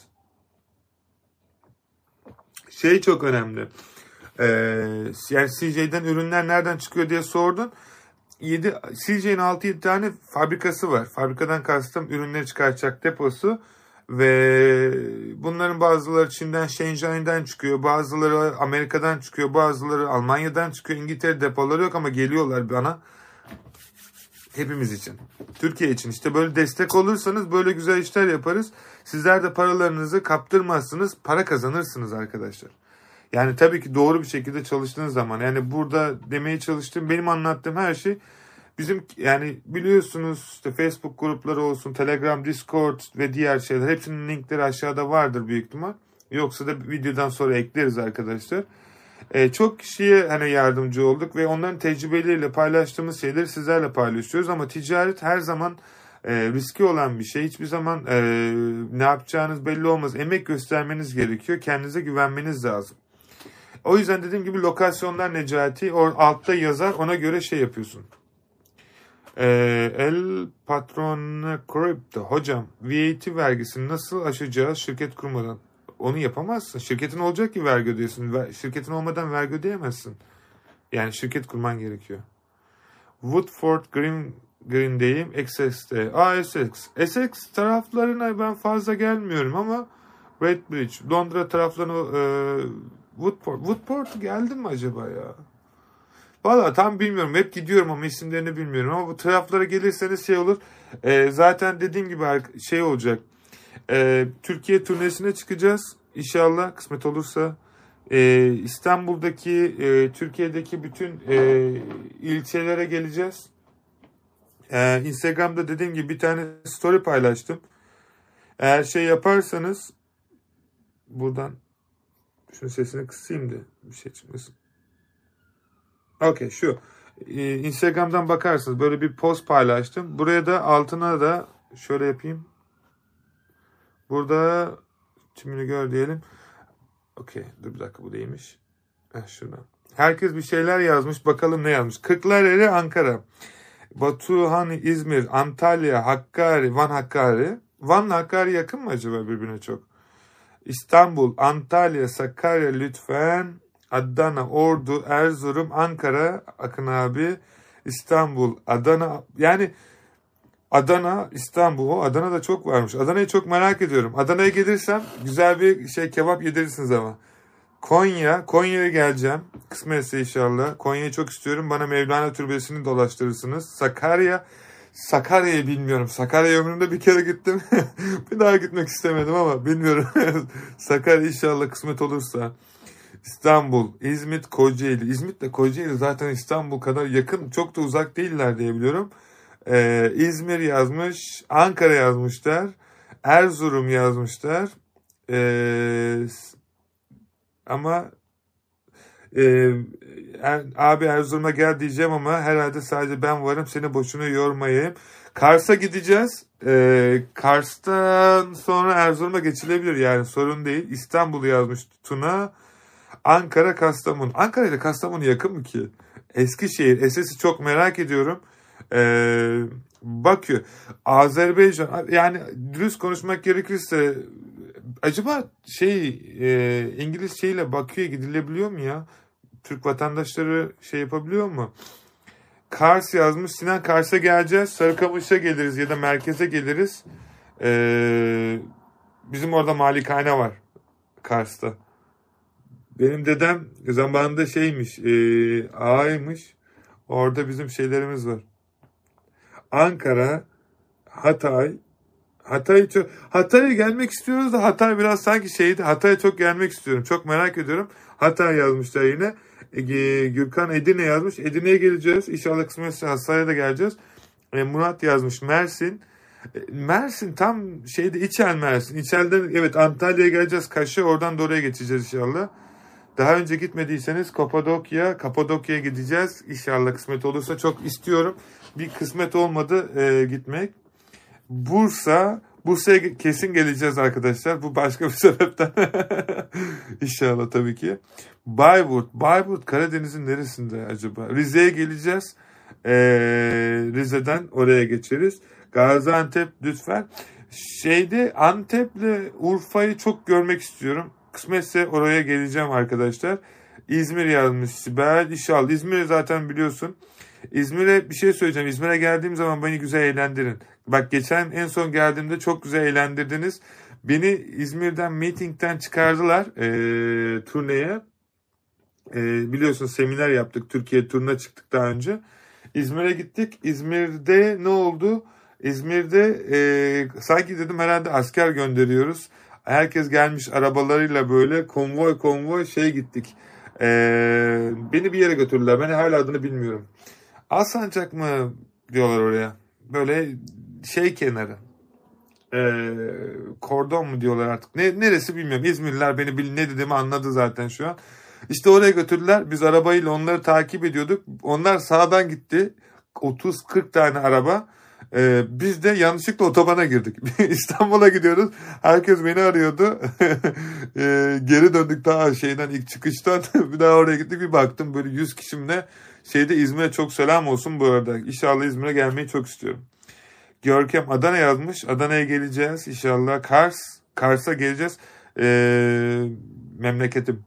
Şey çok önemli. Yani CJ'den ürünler nereden çıkıyor diye sordun. CJ'nin 6-7 tane fabrikası var. Fabrikadan kastım ürünleri çıkartacak deposu. Ve bunların bazıları Çin'den, Shenzhen'den çıkıyor. Bazıları Amerika'dan çıkıyor. Bazıları Almanya'dan çıkıyor. İngiltere depoları yok ama geliyorlar bana. Hepimiz için. Türkiye için. İşte böyle destek olursanız böyle güzel işler yaparız. Sizler de paralarınızı kaptırmazsınız. Para kazanırsınız arkadaşlar. Yani tabii ki doğru bir şekilde çalıştığınız zaman. Yani burada demeye çalıştığım, benim anlattığım her şey bizim, yani biliyorsunuz işte Facebook grupları olsun, Telegram, Discord ve diğer şeyler, hepsinin linkleri aşağıda vardır büyük ihtimal. Yoksa da videodan sonra ekleriz arkadaşlar. Çok kişiye hani yardımcı olduk ve onların tecrübeleriyle paylaştığımız şeyleri sizlerle paylaşıyoruz. Ama ticaret her zaman riski olan bir şey. Hiçbir zaman ne yapacağınız belli olmaz. Emek göstermeniz gerekiyor. Kendinize güvenmeniz lazım. O yüzden dediğim gibi lokasyonlar Necati altta yazar, ona göre şey yapıyorsun. El Patron Crypto. Hocam VAT vergisini nasıl aşacağız şirket kurmadan? Onu yapamazsın. Şirketin olacak ki vergi ödüyorsun. Şirketin olmadan vergi ödeyemezsin. Yani şirket kurman gerekiyor. Woodford Green'deyim. Essex'te. Essex taraflarına ben fazla gelmiyorum ama Redbridge, Londra taraflarına Woodport geldim mi acaba ya? Valla tam bilmiyorum. Hep gidiyorum ama isimlerini bilmiyorum. Ama bu taraflara gelirseniz şey olur. Zaten dediğim gibi şey olacak. Türkiye turnesine çıkacağız. İnşallah kısmet olursa. İstanbul'daki, Türkiye'deki bütün ilçelere geleceğiz. Instagram'da dediğim gibi bir tane story paylaştım. Eğer şey yaparsanız buradan şunun sesini kısayım da bir şey çıkmasın. Okey, şu. Instagram'dan bakarsınız. Böyle bir post paylaştım. Buraya da altına da şöyle yapayım. Burada tümünü gör diyelim. Okey. Dur bir dakika, bu değilmiş. Şuradan. Herkes bir şeyler yazmış. Bakalım ne yazmış. Kırklareli, Ankara. Batuhan, İzmir, Antalya, Hakkari, Van Hakkari. Van'la Hakkari yakın mı acaba birbirine çok? İstanbul, Antalya, Sakarya lütfen. Adana, Ordu, Erzurum, Ankara, Akın abi, İstanbul, Adana, yani Adana, İstanbul, Adana'da çok varmış. Adana'yı çok merak ediyorum. Adana'ya gelirsem güzel bir şey kebap yedirirsiniz ama. Konya'ya geleceğim. Kısmetse inşallah. Konya'yı çok istiyorum. Bana Mevlana Türbesi'ni dolaştırırsınız. Sakarya'yı bilmiyorum. Sakarya ömrümde bir kere gittim. Bir daha gitmek istemedim ama bilmiyorum. Sakarya inşallah kısmet olursa. İstanbul, İzmit, Kocaeli. İzmit'le Kocaeli zaten İstanbul kadar yakın. Çok da uzak değiller diye biliyorum. İzmir yazmış. Ankara yazmışlar. Erzurum yazmışlar. Ama abi Erzurum'a gel diyeceğim ama herhalde sadece ben varım. Seni boşuna yormayayım. Kars'a gideceğiz. Kars'tan sonra Erzurum'a geçilebilir, yani sorun değil. İstanbul'u yazmış Tuna. Ankara, Kastamonu. Ankara ile Kastamonu yakın mı ki? Eskişehir, Eses'i çok merak ediyorum. Bakü, Azerbaycan. Yani dürüst konuşmak gerekirse acaba İngiliz şeyle Bakü'ye gidilebiliyor mu ya? Türk vatandaşları şey yapabiliyor mu? Kars yazmış. Sinan, Kars'a geleceğiz. Sarıkamış'a geliriz ya da merkeze geliriz. Bizim orada malikane var Kars'ta. Benim dedem zamanında şeymiş, ağaymış. Orada bizim şeylerimiz var. Ankara, Hatay, Hatay'a gelmek istiyoruz da Hatay biraz sanki şeydi. Hatay'a çok gelmek istiyorum. Çok merak ediyorum. Hatay yazmışlar yine. Gürkan Edirne yazmış. Edirne'ye geleceğiz. İnşallah kısmetse Hatay'a da geleceğiz. Murat yazmış Mersin. Mersin tam şeyde İçel Mersin. İçel'den evet Antalya'ya geleceğiz. Kaş'a oradan da oraya geçeceğiz inşallah. Daha önce gitmediyseniz Kapadokya'ya gideceğiz. İnşallah kısmet olursa çok istiyorum. Bir kısmet olmadı gitmek. Bursa'ya kesin geleceğiz arkadaşlar. Bu başka bir sebepten. İnşallah tabii ki. Bayburt Karadeniz'in neresinde acaba? Rize'ye geleceğiz. Rize'den oraya geçeriz. Gaziantep lütfen. Antep'le Urfa'yı çok görmek istiyorum. Kısmetse oraya geleceğim arkadaşlar. İzmir yazmış Sibel. İnşallah. İzmir'i zaten biliyorsun. İzmir'e bir şey söyleyeceğim. İzmir'e geldiğim zaman beni güzel eğlendirin. Bak en son geldiğimde çok güzel eğlendirdiniz. Beni İzmir'den meetingden çıkardılar turneye. Biliyorsun seminer yaptık. Türkiye turuna çıktık daha önce. İzmir'e gittik. İzmir'de ne oldu? İzmir'de sanki dedim herhalde asker gönderiyoruz. Herkes gelmiş arabalarıyla böyle konvoy gittik. Beni bir yere götürdüler. Ben hala adını bilmiyorum. Alsancak mı diyorlar oraya. Böyle kenarı. Kordon mu diyorlar artık. Neresi bilmiyorum. İzmirliler beni ne dediğimi anladı zaten şu an. İşte oraya götürdüler. Biz arabayla onları takip ediyorduk. Onlar sağdan gitti. 30-40 tane araba. Biz de yanlışlıkla otobana girdik. İstanbul'a gidiyoruz. Herkes beni arıyordu. Geri döndük daha ilk çıkıştan. Bir daha oraya gittik. Bir baktım böyle 100 kişimle İzmir'e çok selam olsun bu arada. İnşallah İzmir'e gelmeyi çok istiyorum. Görkem Adana yazmış. Adana'ya geleceğiz inşallah. Kars'a geleceğiz. Memleketim.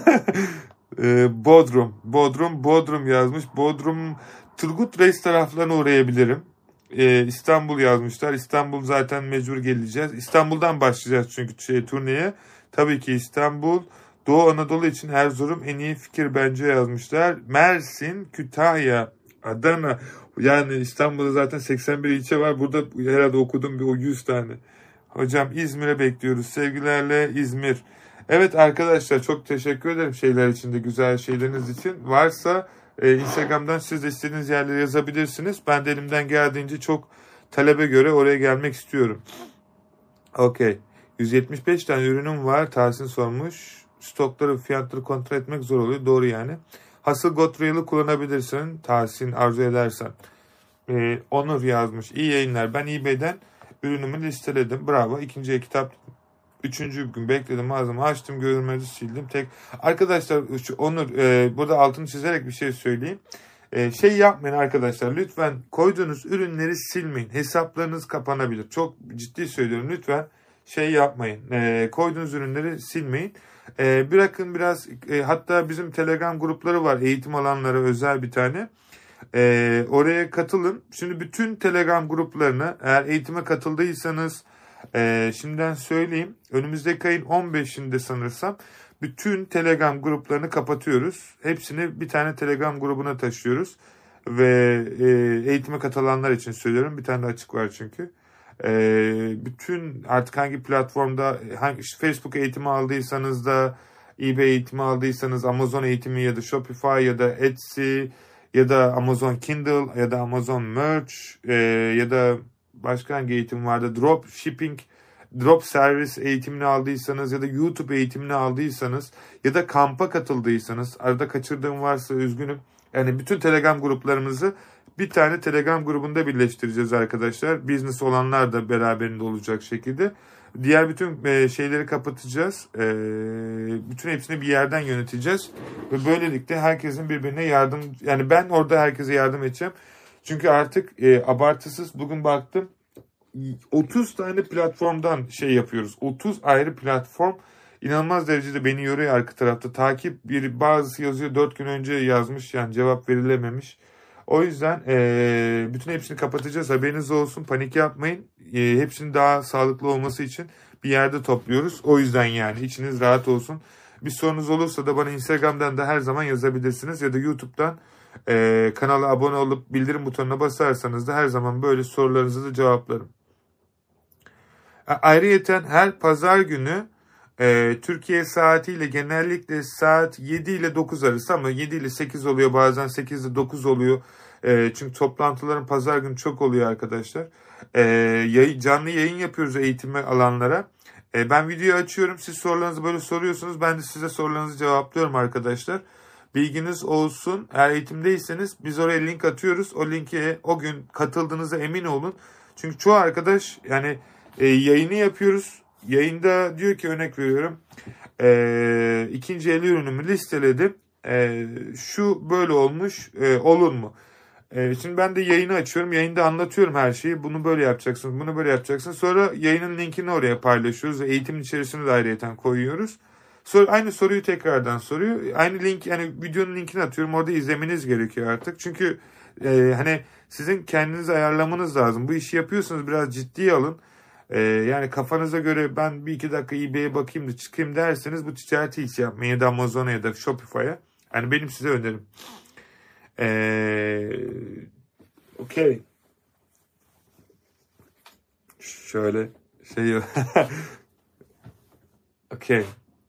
Bodrum yazmış. Bodrum Turgut Reis taraflarına uğrayabilirim. İstanbul yazmışlar. İstanbul zaten mecbur geleceğiz. İstanbul'dan başlayacağız çünkü turneye. Tabii ki İstanbul. Doğu Anadolu için Erzurum en iyi fikir bence yazmışlar. Mersin, Kütahya, Adana. Yani İstanbul'da zaten 81 ilçe var. Burada herhalde okudum bir 100 tane. Hocam İzmir'e bekliyoruz. Sevgilerle İzmir. Evet arkadaşlar çok teşekkür ederim güzel şeyleriniz için. Varsa Instagram'dan siz de istediğiniz yerlere yazabilirsiniz. Ben de elimden geldiğince çok talebe göre oraya gelmek istiyorum. Okey. 175 tane ürünüm var. Tahsin sormuş. Stokları, fiyatları kontrol etmek zor oluyor. Doğru yani. Hasselblad Real'ı kullanabilirsin. Tahsin arzu edersen. Onur yazmış. İyi yayınlar. Ben eBay'den ürünümü listeledim. Bravo. İkinci kitap. Üçüncü gün bekledim. Mağazamı açtım. Görünmezi sildim. Arkadaşlar Onur burada altını çizerek bir şey söyleyeyim. Yapmayın arkadaşlar. Lütfen koyduğunuz ürünleri silmeyin. Hesaplarınız kapanabilir. Çok ciddi söylüyorum. Lütfen yapmayın. Koyduğunuz ürünleri silmeyin. Bırakın biraz hatta bizim Telegram grupları var. Eğitim alanlara özel bir tane. Oraya katılın. Şimdi bütün Telegram gruplarını eğer eğitime katıldıysanız şimdiden söyleyeyim. Önümüzdeki ayın 15'inde sanırsam bütün Telegram gruplarını kapatıyoruz. Hepsini bir tane Telegram grubuna taşıyoruz. Ve eğitime katılanlar için söylüyorum. Bir tane de açık var çünkü. Bütün artık hangi platformda Facebook eğitimi aldıysanız da eBay eğitimi aldıysanız Amazon eğitimi ya da Shopify ya da Etsy ya da Amazon Kindle ya da Amazon Merch ya da başka hangi eğitim vardı? Drop servis eğitimini aldıysanız ya da YouTube eğitimini aldıysanız ya da kampa katıldıysanız arada kaçırdığım varsa üzgünüm. Yani bütün Telegram gruplarımızı bir tane Telegram grubunda birleştireceğiz arkadaşlar. Business olanlar da beraberinde olacak şekilde. Diğer bütün şeyleri kapatacağız. Bütün hepsini bir yerden yöneteceğiz. Ve böylelikle herkesin birbirine yani ben orada herkese yardım edeceğim. Çünkü artık abartısız bugün baktım 30 tane platformdan yapıyoruz. 30 ayrı platform inanılmaz derecede beni yoruyor arka tarafta. Bazısı yazıyor 4 gün önce yazmış yani cevap verilememiş. O yüzden bütün hepsini kapatacağız. Haberiniz olsun. Panik yapmayın. Hepsinin daha sağlıklı olması için bir yerde topluyoruz. O yüzden yani içiniz rahat olsun. Bir sorunuz olursa da bana Instagram'dan da her zaman yazabilirsiniz. Ya da YouTube'dan kanala abone olup bildirim butonuna basarsanız da her zaman böyle sorularınızı da cevaplarım. Ayrıyeten her pazar günü Türkiye saatiyle genellikle saat 7 ile 9 arası, ama 7 ile 8 oluyor, bazen 8 ile 9 oluyor. Çünkü toplantıların pazar günü çok oluyor arkadaşlar. Canlı yayın yapıyoruz eğitime alanlara. Ben video açıyorum. Siz sorularınızı böyle soruyorsunuz. Ben de size sorularınızı cevaplıyorum arkadaşlar. Bilginiz olsun. Eğer eğitimdeyseniz biz oraya link atıyoruz. O linke o gün katıldığınıza emin olun. Çünkü çoğu arkadaş yani yayını yapıyoruz. Yayında diyor ki, örnek veriyorum, ikinci el ürünümü listeledim. Şu böyle olmuş, olur mu? Şimdi ben de yayını açıyorum. Yayında anlatıyorum her şeyi. Bunu böyle yapacaksınız, bunu böyle yapacaksınız. Sonra yayının linkini oraya paylaşıyoruz. Eğitimin içerisine de ayrıyeten koyuyoruz. Sonra aynı soruyu tekrardan soruyor. Aynı link, yani videonun linkini atıyorum. Orada izlemeniz gerekiyor artık. Çünkü hani sizin kendinizi ayarlamanız lazım. Bu işi yapıyorsanız biraz ciddiye alın. Yani kafanıza göre ben bir iki dakika eBay'e bakayım da çıkayım derseniz bu ticareti hiç yapmayın, ya da Amazon'a ya da Shopify'a. Yani benim size önerim. Okey. Şöyle şey okey.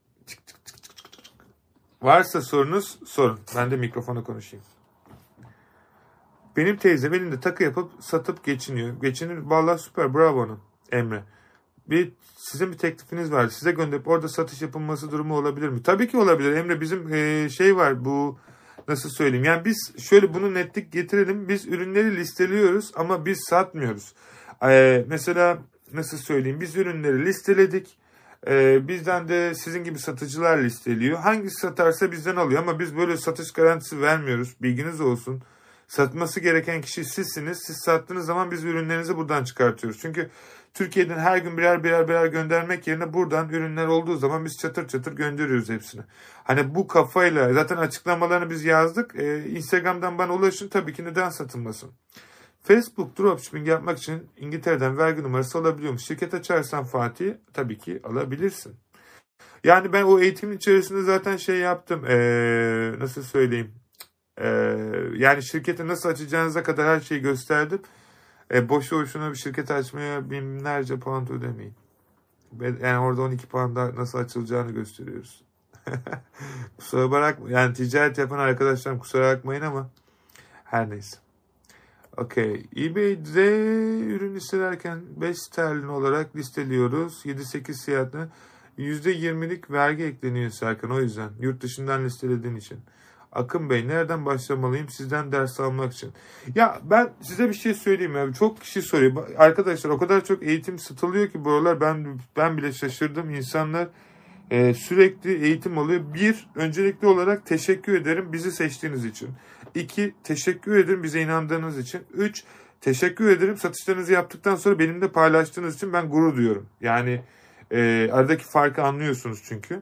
Varsa sorunuz sorun. Ben de mikrofona konuşayım. Benim teyzem elinde takı yapıp satıp geçiniyor. Geçinir. Vallahi süper. Bravo ona. Emre. Sizin bir teklifiniz var. Size gönderip orada satış yapılması durumu olabilir mi? Tabii ki olabilir. Emre, bizim şey var, bu nasıl söyleyeyim? Yani biz şöyle bunu netlik getirelim. Biz ürünleri listeliyoruz ama biz satmıyoruz. Mesela nasıl söyleyeyim? Biz ürünleri listeledik. Bizden de sizin gibi satıcılar listeliyor. Hangisi satarsa bizden alıyor, ama biz böyle satış garantisi vermiyoruz. Bilginiz olsun. Satması gereken kişi sizsiniz. Siz sattığınız zaman biz ürünlerinizi buradan çıkartıyoruz. Çünkü Türkiye'den her gün birer göndermek yerine buradan ürünler olduğu zaman biz çatır çatır gönderiyoruz hepsini. Hani bu kafayla zaten açıklamalarını biz yazdık. Instagram'dan bana ulaşın, tabii ki, neden satılmasın. Facebook dropshipping yapmak için İngiltere'den vergi numarası alabiliyormuş. Şirket açarsan Fatih, tabii ki alabilirsin. Yani ben o eğitimin içerisinde zaten şey yaptım. Nasıl söyleyeyim? Yani şirketi nasıl açacağınıza kadar her şeyi gösterdim. Boşu boşuna bir şirket açmaya binlerce pound ödemeyin. Yani orada 12 pound'a nasıl açılacağını gösteriyoruz. Kusura bakmayın. Yani ticaret yapan arkadaşlarım kusura bakmayın ama her neyse. Okey. eBay'de ürün listelerken 5 sterlin olarak listeliyoruz. 7-8 fiyatına %20'lik vergi ekleniyor Serkan, o yüzden. Yurt dışından listelediğin için. Akın Bey, nereden başlamalıyım sizden ders almak için? Ya ben size bir şey söyleyeyim ya. Çok kişi soruyor. Arkadaşlar, o kadar çok eğitim satılıyor ki bu aralar, ben bile şaşırdım. İnsanlar sürekli eğitim alıyor. Öncelikli olarak teşekkür ederim bizi seçtiğiniz için. 2, teşekkür ederim bize inandığınız için. 3, teşekkür ederim satışlarınızı yaptıktan sonra benimle paylaştığınız için, ben gurur duyuyorum. Yani aradaki farkı anlıyorsunuz çünkü.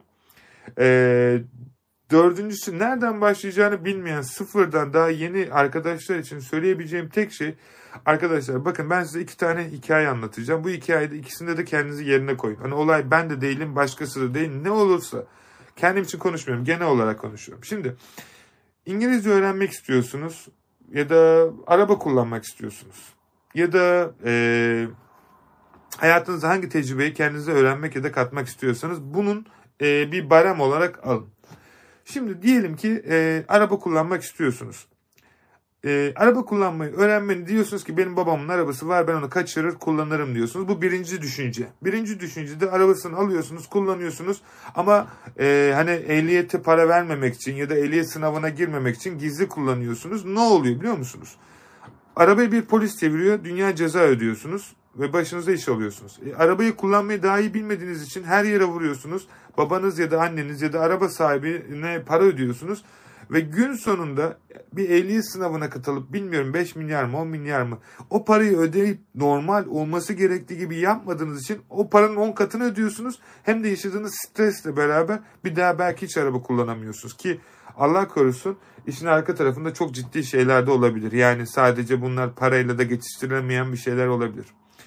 Dördüncüsü, nereden başlayacağını bilmeyen, sıfırdan daha yeni arkadaşlar için söyleyebileceğim tek şey, arkadaşlar bakın, ben size 2 tane hikaye anlatacağım. Bu hikayede ikisinde de kendinizi yerine koyun. Hani olay ben de değilim, başkası da değil, ne olursa. Kendim için konuşmuyorum, genel olarak konuşuyorum. Şimdi İngilizce öğrenmek istiyorsunuz ya da araba kullanmak istiyorsunuz ya da hayatınızda hangi tecrübeyi kendinize öğrenmek ya da katmak istiyorsanız bunun bir barem olarak alın. Şimdi diyelim ki araba kullanmak istiyorsunuz. Araba kullanmayı öğrenmeni diyorsunuz ki, benim babamın arabası var, ben onu kaçırır kullanırım diyorsunuz. Bu birinci düşünce. Birinci düşüncede arabasını alıyorsunuz, kullanıyorsunuz ama hani ehliyete para vermemek için ya da ehliyet sınavına girmemek için gizli kullanıyorsunuz. Ne oluyor biliyor musunuz? Arabayı bir polis çeviriyor, dünya ceza ödüyorsunuz ve başınıza iş alıyorsunuz. Arabayı kullanmayı daha iyi bilmediğiniz için her yere vuruyorsunuz. Babanız ya da anneniz ya da araba sahibine para ödüyorsunuz. Ve gün sonunda bir ehliyet sınavına katılıp, bilmiyorum 5 milyar mı 10 milyar mı, o parayı ödeyip normal olması gerektiği gibi yapmadığınız için o paranın 10 katını ödüyorsunuz. Hem de yaşadığınız stresle beraber bir daha belki hiç araba kullanamıyorsunuz ki Allah korusun, işin arka tarafında çok ciddi şeyler de olabilir. Yani sadece bunlar parayla da geçiştirilemeyen bir şeyler olabilir.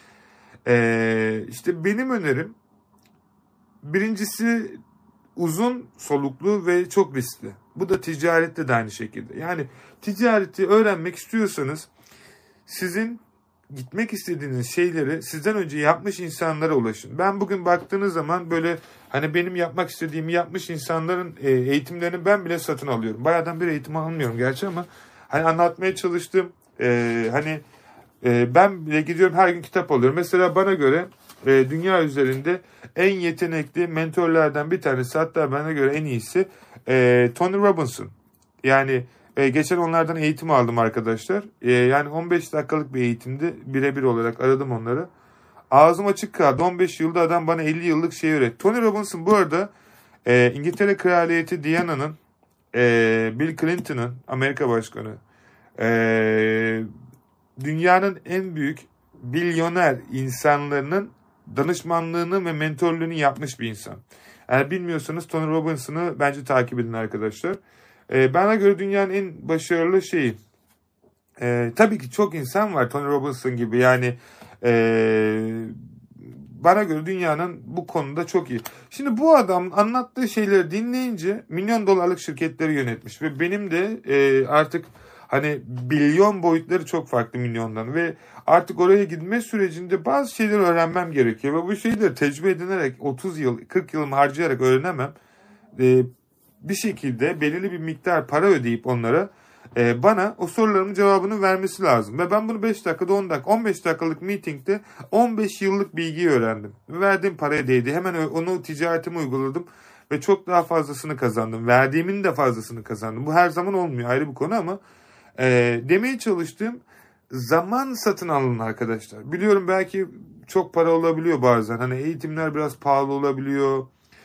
İşte benim önerim, birincisi uzun soluklu ve çok riskli. Bu da ticarette de aynı şekilde. Yani ticareti öğrenmek istiyorsanız sizin gitmek istediğiniz şeyleri sizden önce yapmış insanlara ulaşın. Ben bugün baktığınız zaman böyle hani benim yapmak istediğimi yapmış insanların eğitimlerini ben bile satın alıyorum. Bayağıdan bir eğitim almıyorum gerçi ama hani anlatmaya çalıştım. Ben bile gidiyorum her gün kitap alıyorum. Mesela bana göre dünya üzerinde en yetenekli mentorlardan bir tanesi, hatta bana göre en iyisi Tony Robinson. Yani geçen onlardan eğitim aldım arkadaşlar. Yani 15 dakikalık bir eğitimdi. Birebir olarak aradım onları. Ağzım açık kaldı. 15 yılda adam bana 50 yıllık şey öğretti. Tony Robinson bu arada İngiltere Kraliyeti Diana'nın, Bill Clinton'ın, Amerika Başkanı, dünyanın en büyük milyoner insanlarının danışmanlığını ve mentorluğunu yapmış bir insan. Eğer bilmiyorsanız Tony Robinson'ı bence takip edin arkadaşlar. Bana göre dünyanın en başarılı şeyi. Tabii ki çok insan var Tony Robinson gibi. Yani bana göre dünyanın bu konuda çok iyi. Şimdi bu adam anlattığı şeyleri dinleyince milyon dolarlık şirketleri yönetmiş. Ve benim de artık hani milyon boyutları çok farklı milyondan. Ve artık oraya gitme sürecinde bazı şeyleri öğrenmem gerekiyor. Ve bu şeyleri tecrübe edinerek 30 yıl 40 yılımı harcayarak öğrenemem. Bir şekilde belirli bir miktar para ödeyip onlara bana o sorularımın cevabını vermesi lazım. Ve ben bunu 5 dakikada 10 dakika 15 dakikalık meetingde 15 yıllık bilgiyi öğrendim. Verdiğim paraya değdi. Hemen onu ticaretime uyguladım ve çok daha fazlasını kazandım. Verdiğimin de fazlasını kazandım. Bu her zaman olmuyor, ayrı bir konu ama demeye çalıştığım, zaman satın alın arkadaşlar. Biliyorum belki çok para olabiliyor bazen. Hani eğitimler biraz pahalı olabiliyor.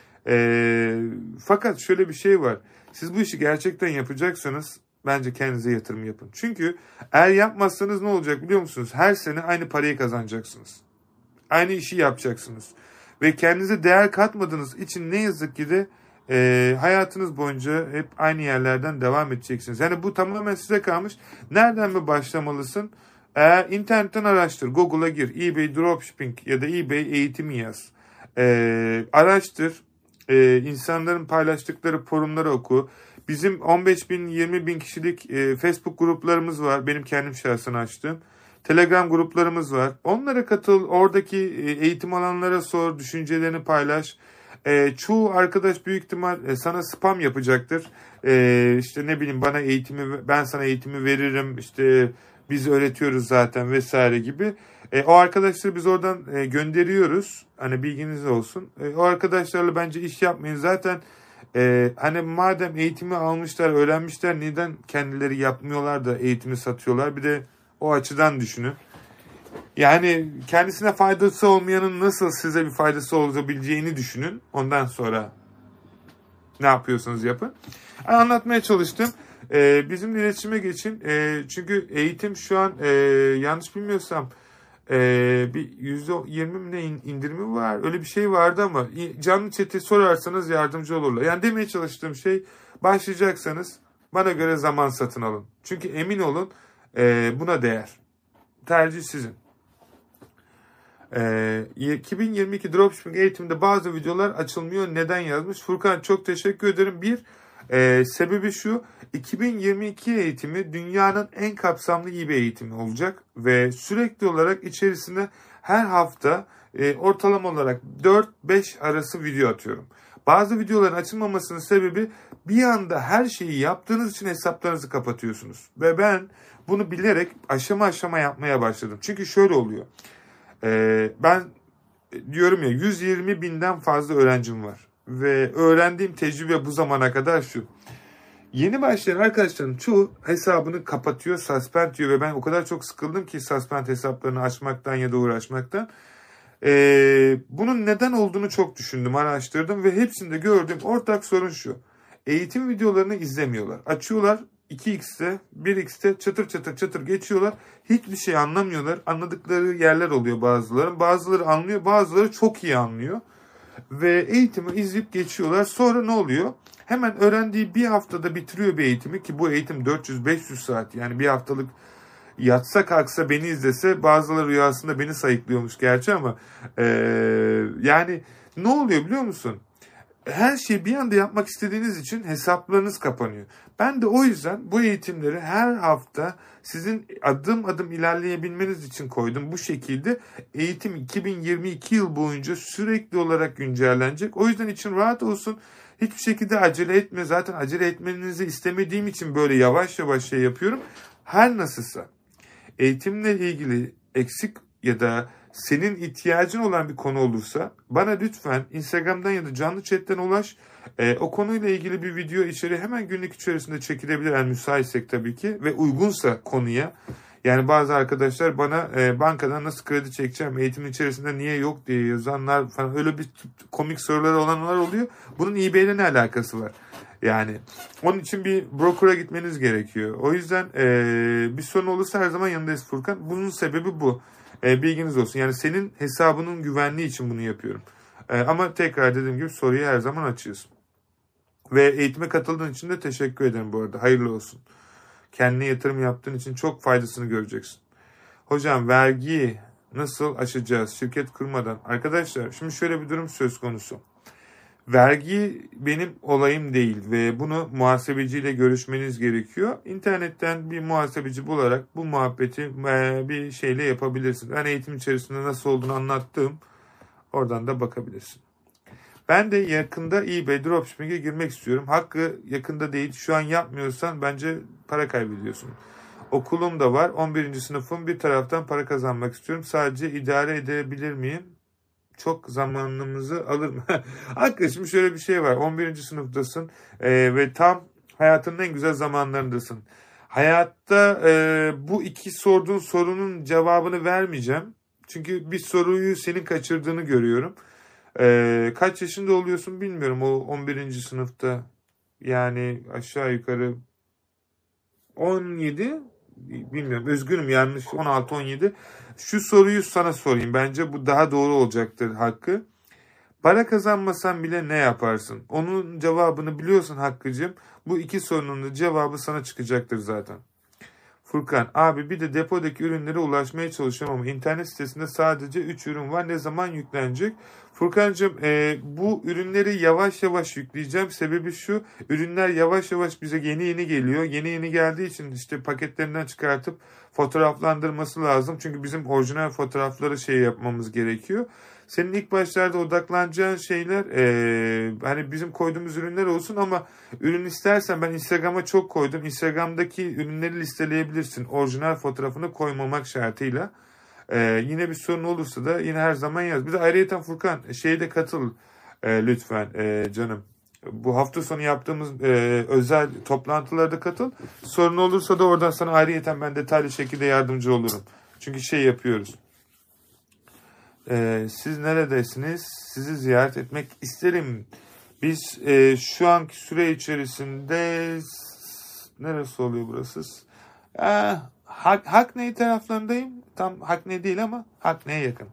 Fakat şöyle bir şey var. Siz bu işi gerçekten yapacaksanız bence kendinize yatırım yapın. Çünkü eğer yapmazsanız ne olacak biliyor musunuz? Her sene aynı parayı kazanacaksınız. Aynı işi yapacaksınız. Ve kendinize değer katmadığınız için ne yazık ki de hayatınız boyunca hep aynı yerlerden devam edeceksiniz. Yani bu tamamen size kalmış. Nereden mi başlamalısın? İnternetten araştır. Google'a gir. eBay Dropshipping ya da eBay eğitimi yaz. Araştır. İnsanların paylaştıkları forumları oku. Bizim 15 bin, 20 bin kişilik Facebook gruplarımız var. Benim kendim şahsen açtığım. Telegram gruplarımız var. Onlara katıl. Oradaki eğitim alanlara sor. Düşüncelerini paylaş. Çoğu arkadaş büyük ihtimal sana spam yapacaktır. İşte ne bileyim ben sana eğitimi veririm. İşte biz öğretiyoruz zaten vesaire gibi. O arkadaşları biz oradan gönderiyoruz. Hani bilginiz olsun. O arkadaşlarla bence iş yapmayın. Zaten hani madem eğitimi almışlar, öğrenmişler, neden kendileri yapmıyorlar da eğitimi satıyorlar? Bir de o açıdan düşünün. Yani kendisine faydası olmayanın nasıl size bir faydası olabileceğini düşünün. Ondan sonra ne yapıyorsanız yapın. Anlatmaya çalıştım. Bizim iletişime geçin. Çünkü eğitim şu an yanlış bilmiyorsam bir %20 mi ne indirimi var? Öyle bir şey vardı ama canlı chat'e sorarsanız yardımcı olurlar. Yani demeye çalıştığım şey, başlayacaksanız bana göre zaman satın alın. Çünkü emin olun buna değer. Tercih sizin. 2022 Dropshipping eğitiminde bazı videolar açılmıyor. Neden yazmış? Furkan çok teşekkür ederim. Sebebi şu. 2022 eğitimi dünyanın en kapsamlı eBay eğitimi olacak. Ve sürekli olarak içerisine her hafta ortalama olarak 4-5 arası video atıyorum. Bazı videoların açılmamasının sebebi bir anda her şeyi yaptığınız için hesaplarınızı kapatıyorsunuz. Ve ben bunu bilerek aşama aşama yapmaya başladım. Çünkü şöyle oluyor. Ben diyorum ya 120 binden fazla öğrencim var. Ve öğrendiğim tecrübe bu zamana kadar şu. Yeni başlayan arkadaşların çoğu hesabını kapatıyor, suspend diyor. Ve ben o kadar çok sıkıldım ki suspend hesaplarını açmaktan ya da uğraşmaktan. Bunun neden olduğunu çok düşündüm, araştırdım. Ve hepsinde gördüğüm ortak sorun şu. Eğitim videolarını izlemiyorlar. Açıyorlar. 2x'te, 1x'te çatır çatır çatır geçiyorlar. Hiçbir şey anlamıyorlar. Anladıkları yerler oluyor bazıları. Bazıları anlıyor, bazıları çok iyi anlıyor. Ve eğitimi izleyip geçiyorlar. Sonra ne oluyor? Hemen öğrendiği bir haftada bitiriyor bir eğitimi, ki bu eğitim 400-500 saat. Yani bir haftalık yatsa kalksa beni izlese, bazıları rüyasında beni sayıklıyormuş gerçi ama yani ne oluyor biliyor musun? her şeyi bir anda yapmak istediğiniz için hesaplarınız kapanıyor. Ben de o yüzden bu eğitimleri her hafta sizin adım adım ilerleyebilmeniz için koydum. Bu şekilde eğitim 2022 yıl boyunca sürekli olarak güncellenecek. O yüzden için rahat olsun. Hiçbir şekilde acele etme. Zaten acele etmenizi istemediğim için böyle yavaş yavaş şey yapıyorum. Her nasılsa eğitimle ilgili eksik ya da senin ihtiyacın olan bir konu olursa bana lütfen Instagram'dan ya da canlı chatten ulaş. O konuyla ilgili bir video içeriği hemen günlük içerisinde çekilebilir. Yani müsaitsek tabii ki ve uygunsa konuya. Yani bazı arkadaşlar bana bankadan nasıl kredi çekeceğim, eğitimin içerisinde niye yok diye yazanlar falan, öyle bir komik soruları olanlar oluyor. Bunun eBay'le ne alakası var? Yani onun için bir broker'a gitmeniz gerekiyor. O yüzden bir sorun olursa her zaman yanındayız Furkan. Bunun sebebi bu. Bilginiz olsun. Yani senin hesabının güvenliği için bunu yapıyorum. Ama tekrar dediğim gibi soruyu her zaman açıyorsun. Ve eğitime katıldığın için de teşekkür ederim bu arada. Hayırlı olsun. Kendine yatırım yaptığın için çok faydasını göreceksin. Hocam vergiyi nasıl aşacağız şirket kurmadan? Arkadaşlar şimdi şöyle bir durum söz konusu. Vergi benim olayım değil ve bunu muhasebeciyle görüşmeniz gerekiyor. İnternetten bir muhasebeci bularak bu muhabbeti bir şeyle yapabilirsin. Ben eğitim içerisinde nasıl olduğunu anlattım. Oradan da bakabilirsin. Ben de yakında eBay Dropshipping'e girmek istiyorum. Hakkı yakında değil. Şu an yapmıyorsan bence para kaybediyorsun. Okulum da var. 11. sınıfım. Bir taraftan para kazanmak istiyorum. Sadece idare edebilir miyim? Çok zamanımızı alır mı? Hakkı şimdi şöyle bir şey var. 11. sınıftasın ve tam hayatının en güzel zamanlarındasın. Hayatta bu iki sorduğun sorunun cevabını vermeyeceğim. Çünkü bir soruyu senin kaçırdığını görüyorum. Kaç yaşında oluyorsun bilmiyorum o 11. sınıfta. Yani aşağı yukarı 17, bilmiyorum, üzgünüm, yanlış, 16-17. Şu soruyu sana sorayım. Bence bu daha doğru olacaktır Hakkı. Para kazanmasan bile ne yaparsın? Onun cevabını biliyorsun Hakkı'cığım. Bu iki sorunun da cevabı sana çıkacaktır zaten. Furkan abi bir de depodaki ürünlere ulaşmaya çalışıyorum ama internet sitesinde sadece 3 ürün var. Ne zaman yüklenecek? Furkan'cığım bu ürünleri yavaş yavaş yükleyeceğim. Sebebi şu, ürünler yavaş yavaş bize yeni yeni geliyor. Yeni yeni geldiği için işte paketlerinden çıkartıp fotoğraflandırması lazım. Çünkü bizim orijinal fotoğrafları yapmamız gerekiyor. Senin ilk başlarda odaklanacağın şeyler hani bizim koyduğumuz ürünler olsun ama ürün istersen ben Instagram'a çok koydum. Instagram'daki ürünleri listeleyebilirsin. Orijinal fotoğrafını koymamak şartıyla. Yine bir sorun olursa da yine her zaman yaz. Bir de ayrıyeten Furkan de katıl lütfen canım. Bu hafta sonu yaptığımız özel toplantılarda katıl. Sorun olursa da oradan sana ayrıyeten ben detaylı şekilde yardımcı olurum. Çünkü yapıyoruz. Siz neredesiniz? Sizi ziyaret etmek isterim. Biz şu anki süre içerisinde neresi oluyor burası? Hackney taraflarındayım. Tam Hackney değil ama Hackney'e yakın.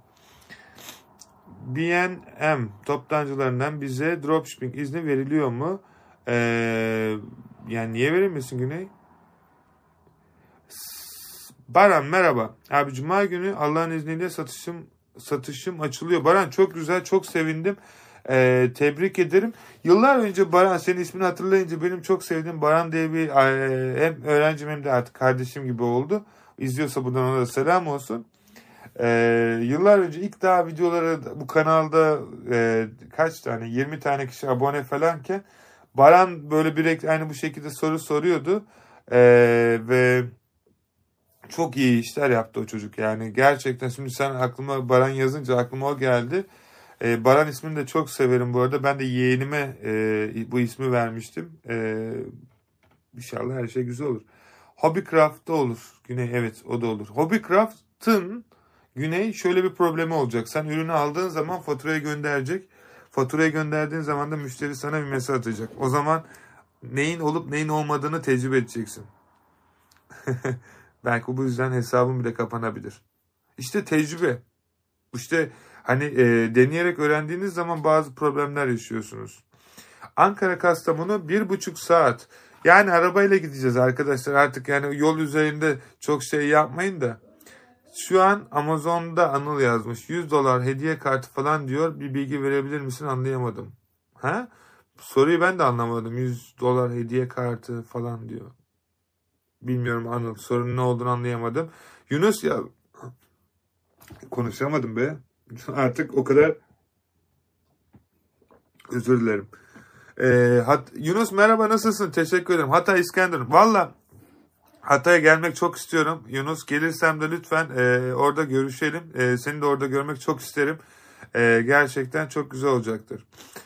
B&M toptancılarından bize dropshipping izni veriliyor mu? Yani niye veremiyorsun Güney? Baran merhaba. Abi cuma günü Allah'ın izniyle satışım açılıyor. Baran çok güzel, çok sevindim. Tebrik ederim. Yıllar önce Baran, senin ismini hatırlayınca benim çok sevdiğim Baran diye bir hem öğrencim hem de artık kardeşim gibi oldu. İzliyorsa buradan ona da selam olsun. Yıllar önce ilk daha videolara bu kanalda kaç tane 20 tane kişi abone falanken Baran böyle aynı bu şekilde soru soruyordu. Ve çok iyi işler yaptı o çocuk. Yani gerçekten şimdi sen aklıma Baran yazınca aklıma o geldi. Baran ismini de çok severim bu arada. Ben de yeğenime bu ismi vermiştim. İnşallah her şey güzel olur. Hobbycraft'ta olur. Güney, evet, o da olur. Hobbycraft'ın Güney şöyle bir problemi olacak. Sen ürünü aldığın zaman faturaya gönderecek. Faturayı gönderdiğin zaman da müşteri sana bir mesaj atacak. O zaman neyin olup neyin olmadığını tecrübe edeceksin. Belki bu yüzden hesabın bile kapanabilir. İşte tecrübe. İşte hani deneyerek öğrendiğiniz zaman bazı problemler yaşıyorsunuz. Ankara Kastamonu 1,5 saat. Yani arabayla gideceğiz arkadaşlar. Artık yani yol üzerinde çok yapmayın da. Şu an Amazon'da Anıl yazmış. $100 hediye kartı falan diyor. Bir bilgi verebilir misin? Anlayamadım. Ha? Soruyu ben de anlamadım. $100 hediye kartı falan diyor. Bilmiyorum Anıl. Sorunun ne olduğunu anlayamadım. Yunus ya konuşamadım be. Artık o kadar özür dilerim. Yunus merhaba nasılsın? Teşekkür ederim. Hatay İskenderun. Valla Hatay'a gelmek çok istiyorum. Yunus gelirsem de lütfen orada görüşelim. Seni de orada görmek çok isterim. Gerçekten çok güzel olacaktır.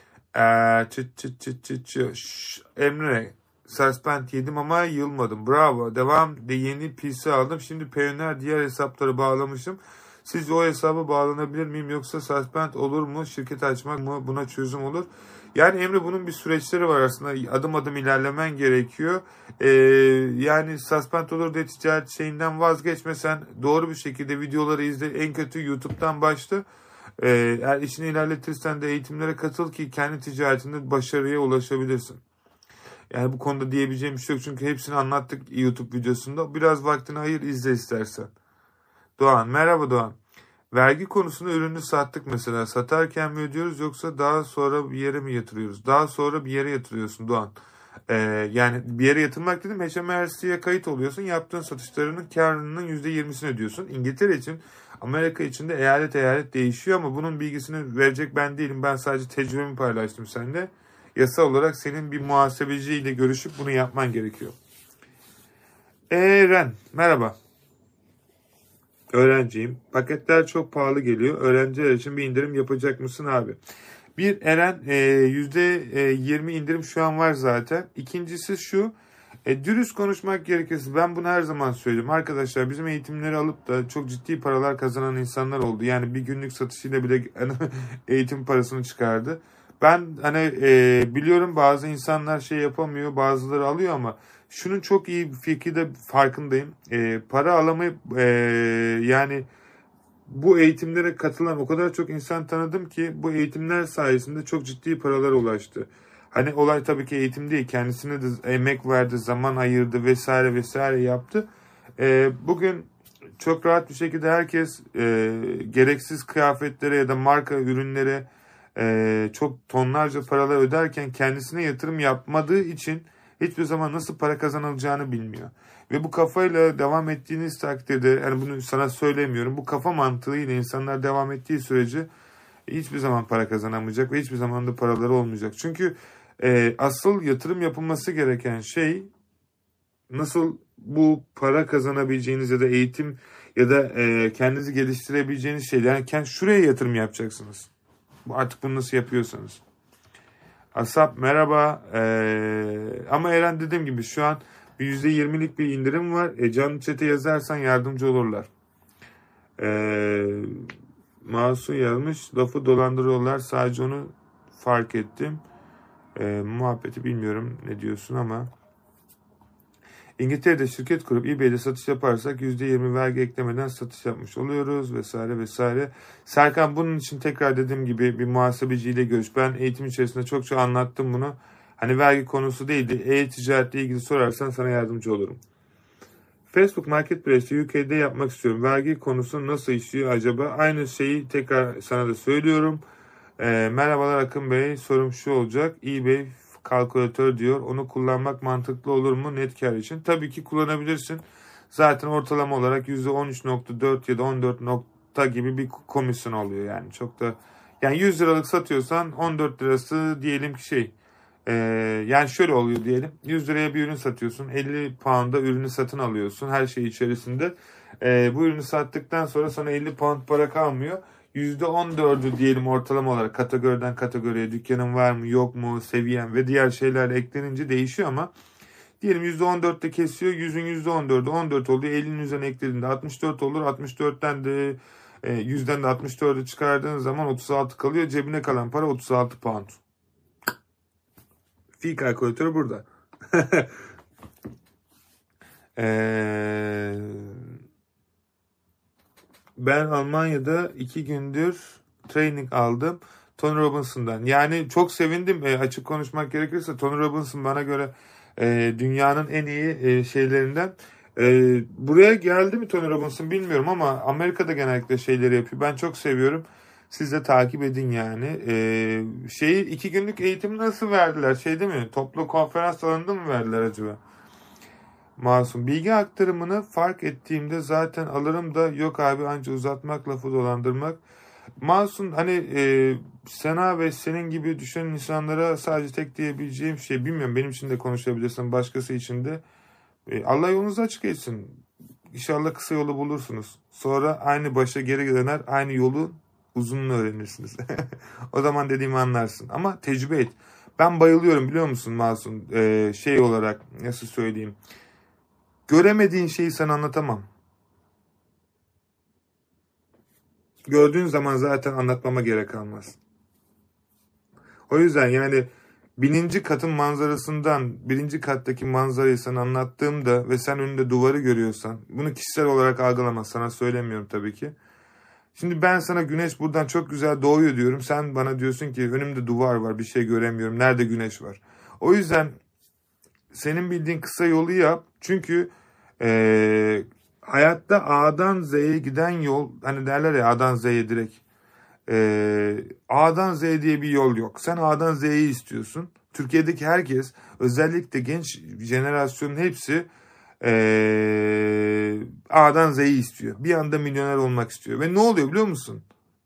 Emre Suspend yedim ama yılmadım. Bravo. Devam de yeni PC aldım. Şimdi Payoneer diğer hesapları bağlamışım. Sizce o hesaba bağlanabilir miyim yoksa suspend olur mu? Şirket açmak mı? Buna çözüm olur. Yani Emre bunun bir süreçleri var aslında. Adım adım ilerlemen gerekiyor. Yani suspend olur diye ticaret şeyinden vazgeçmesen doğru bir şekilde videoları izle. En kötü YouTube'dan başla. Eğer işini ilerletirsen de eğitimlere katıl ki kendi ticaretinde başarıya ulaşabilirsin. Yani bu konuda diyebileceğim bir şey yok. Çünkü hepsini anlattık YouTube videosunda. Biraz vaktini ayır izle istersen. Doğan. Merhaba Doğan. Vergi konusunda ürünü sattık mesela. Satarken mi ödüyoruz yoksa daha sonra bir yere mi yatırıyoruz? Daha sonra bir yere yatırıyorsun Doğan. Yani bir yere yatırmak dedim HMRC'ye kayıt oluyorsun. Yaptığın satışlarının karının %20'sini ödüyorsun. İngiltere için, Amerika için de eyalet eyalet değişiyor ama bunun bilgisini verecek ben değilim. Ben sadece tecrübemi paylaştım seninle. Yasa olarak senin bir muhasebeciyle görüşüp bunu yapman gerekiyor. Eren, merhaba. Öğrenciyim. Paketler çok pahalı geliyor. Öğrenciler için bir indirim yapacak mısın abi? Bir Eren %20 indirim şu an var zaten. İkincisi şu. Dürüst konuşmak gerekirse ben bunu her zaman söylüyorum. Arkadaşlar bizim eğitimleri alıp da çok ciddi paralar kazanan insanlar oldu. Yani bir günlük satışıyla bile eğitim parasını çıkardı. Ben biliyorum bazı insanlar şey yapamıyor, bazıları alıyor ama şunun çok iyi bir fikirde farkındayım. Para alamayıp yani bu eğitimlere katılan o kadar çok insan tanıdım ki bu eğitimler sayesinde çok ciddi paralara ulaştı. Hani olay tabii ki eğitim değil. Kendisine de emek verdi, zaman ayırdı vesaire vesaire yaptı. Bugün çok rahat bir şekilde herkes gereksiz kıyafetlere ya da marka ürünlere çok tonlarca paralar öderken kendisine yatırım yapmadığı için hiçbir zaman nasıl para kazanılacağını bilmiyor. Ve bu kafayla devam ettiğiniz takdirde, yani bunu sana söylemiyorum, bu kafa mantığıyla insanlar devam ettiği sürece hiçbir zaman para kazanamayacak ve hiçbir zaman da paraları olmayacak. Çünkü asıl yatırım yapılması gereken şey nasıl bu para kazanabileceğiniz ya da eğitim ya da kendinizi geliştirebileceğiniz şeyler. Yani şuraya yatırım yapacaksınız. Artık bunu nasıl yapıyorsanız. Asap merhaba. Ama Eren dediğim gibi şu an bir %20'lik bir indirim var. Canlı chat'e yazarsan yardımcı olurlar. Masum yazmış. Lafı dolandırıyorlar. Sadece onu fark ettim. Muhabbeti bilmiyorum ne diyorsun ama. İngiltere'de şirket kurup eBay'de satış yaparsak %20 vergi eklemeden satış yapmış oluyoruz vesaire vesaire. Serkan bunun için tekrar dediğim gibi bir muhasebeciyle görüş. Ben eğitim içerisinde çokça anlattım bunu. Hani vergi konusu değildi. E-ticaretle ilgili sorarsan sana yardımcı olurum. Facebook Marketplace'te UK'de yapmak istiyorum. Vergi konusu nasıl işliyor acaba? Aynı şeyi tekrar sana da söylüyorum. Merhabalar Akın Bey. Sorum şu olacak. eBay kalkülatör diyor. Onu kullanmak mantıklı olur mu net kar için? Tabii ki kullanabilirsin. Zaten ortalama olarak %13.4 ya da 14 nokta gibi bir komisyon oluyor yani. Çok da yani 100 liralık satıyorsan 14 lirası diyelim ki yani şöyle oluyor diyelim. 100 liraya bir ürün satıyorsun. 50 pound'a ürünü satın alıyorsun. Her şey içerisinde. Bu ürünü sattıktan sonra sana 50 pound para kalmıyor. %14'ü diyelim ortalama olarak kategoriden kategoriye dükkanın var mı yok mu seviyen ve diğer şeyler eklenince değişiyor ama diyelim %14'te kesiyor. 100'ün %14'ü 14 oluyor. 50'nin üzerine eklediğinde 64 olur. 64'ten de 100'den de 64'ü çıkardığın zaman 36 kalıyor. Cebine kalan para 36 pound. Fi kalkülatörü burada. Ben Almanya'da 2 gündür training aldım Tony Robbins'dan. Yani çok sevindim. Açık konuşmak gerekirse Tony Robbins bana göre dünyanın en iyi şeylerinden. Buraya geldi mi Tony Robbins bilmiyorum ama Amerika'da genellikle şeyleri yapıyor. Ben çok seviyorum. Siz de takip edin yani. Şeyi 2 günlük eğitim nasıl verdiler? Şey değil mi? Toplu konferans alanında mı verdiler acaba? Masum. Bilgi aktarımını fark ettiğimde zaten alırım da yok abi anca uzatmak, lafı dolandırmak. Masum hani Sena ve senin gibi düşünen insanlara sadece tek diyebileceğim şey, bilmiyorum, benim için de konuşabilirsin, başkası için de. Allah yolunuzu açık etsin. İnşallah kısa yolu bulursunuz. Sonra aynı başa geri döner, aynı yolu uzunluğunu öğrenirsiniz. O zaman dediğimi anlarsın. Ama tecrübe et. Ben bayılıyorum biliyor musun Masum? Şey olarak nasıl söyleyeyim? Göremediğin şeyi sana anlatamam. Gördüğün zaman zaten anlatmama gerek kalmaz. O yüzden yani 1000. katın manzarasından 1. kattaki manzarayı sana anlattığımda ve sen önünde duvarı görüyorsan, bunu kişisel olarak algılama, sana söylemiyorum tabii ki. Şimdi ben sana güneş buradan çok güzel doğuyor diyorum. Sen bana diyorsun ki önümde duvar var, bir şey göremiyorum. Nerede güneş var? O yüzden senin bildiğin kısa yolu yap. Çünkü hayatta A'dan Z'ye giden yol, hani derler ya A'dan Z'ye direkt. A'dan Z diye bir yol yok. Sen A'dan Z'yi istiyorsun. Türkiye'deki herkes, özellikle genç jenerasyonun hepsi A'dan Z'yi istiyor. Bir anda milyoner olmak istiyor. Ve ne oluyor biliyor musun?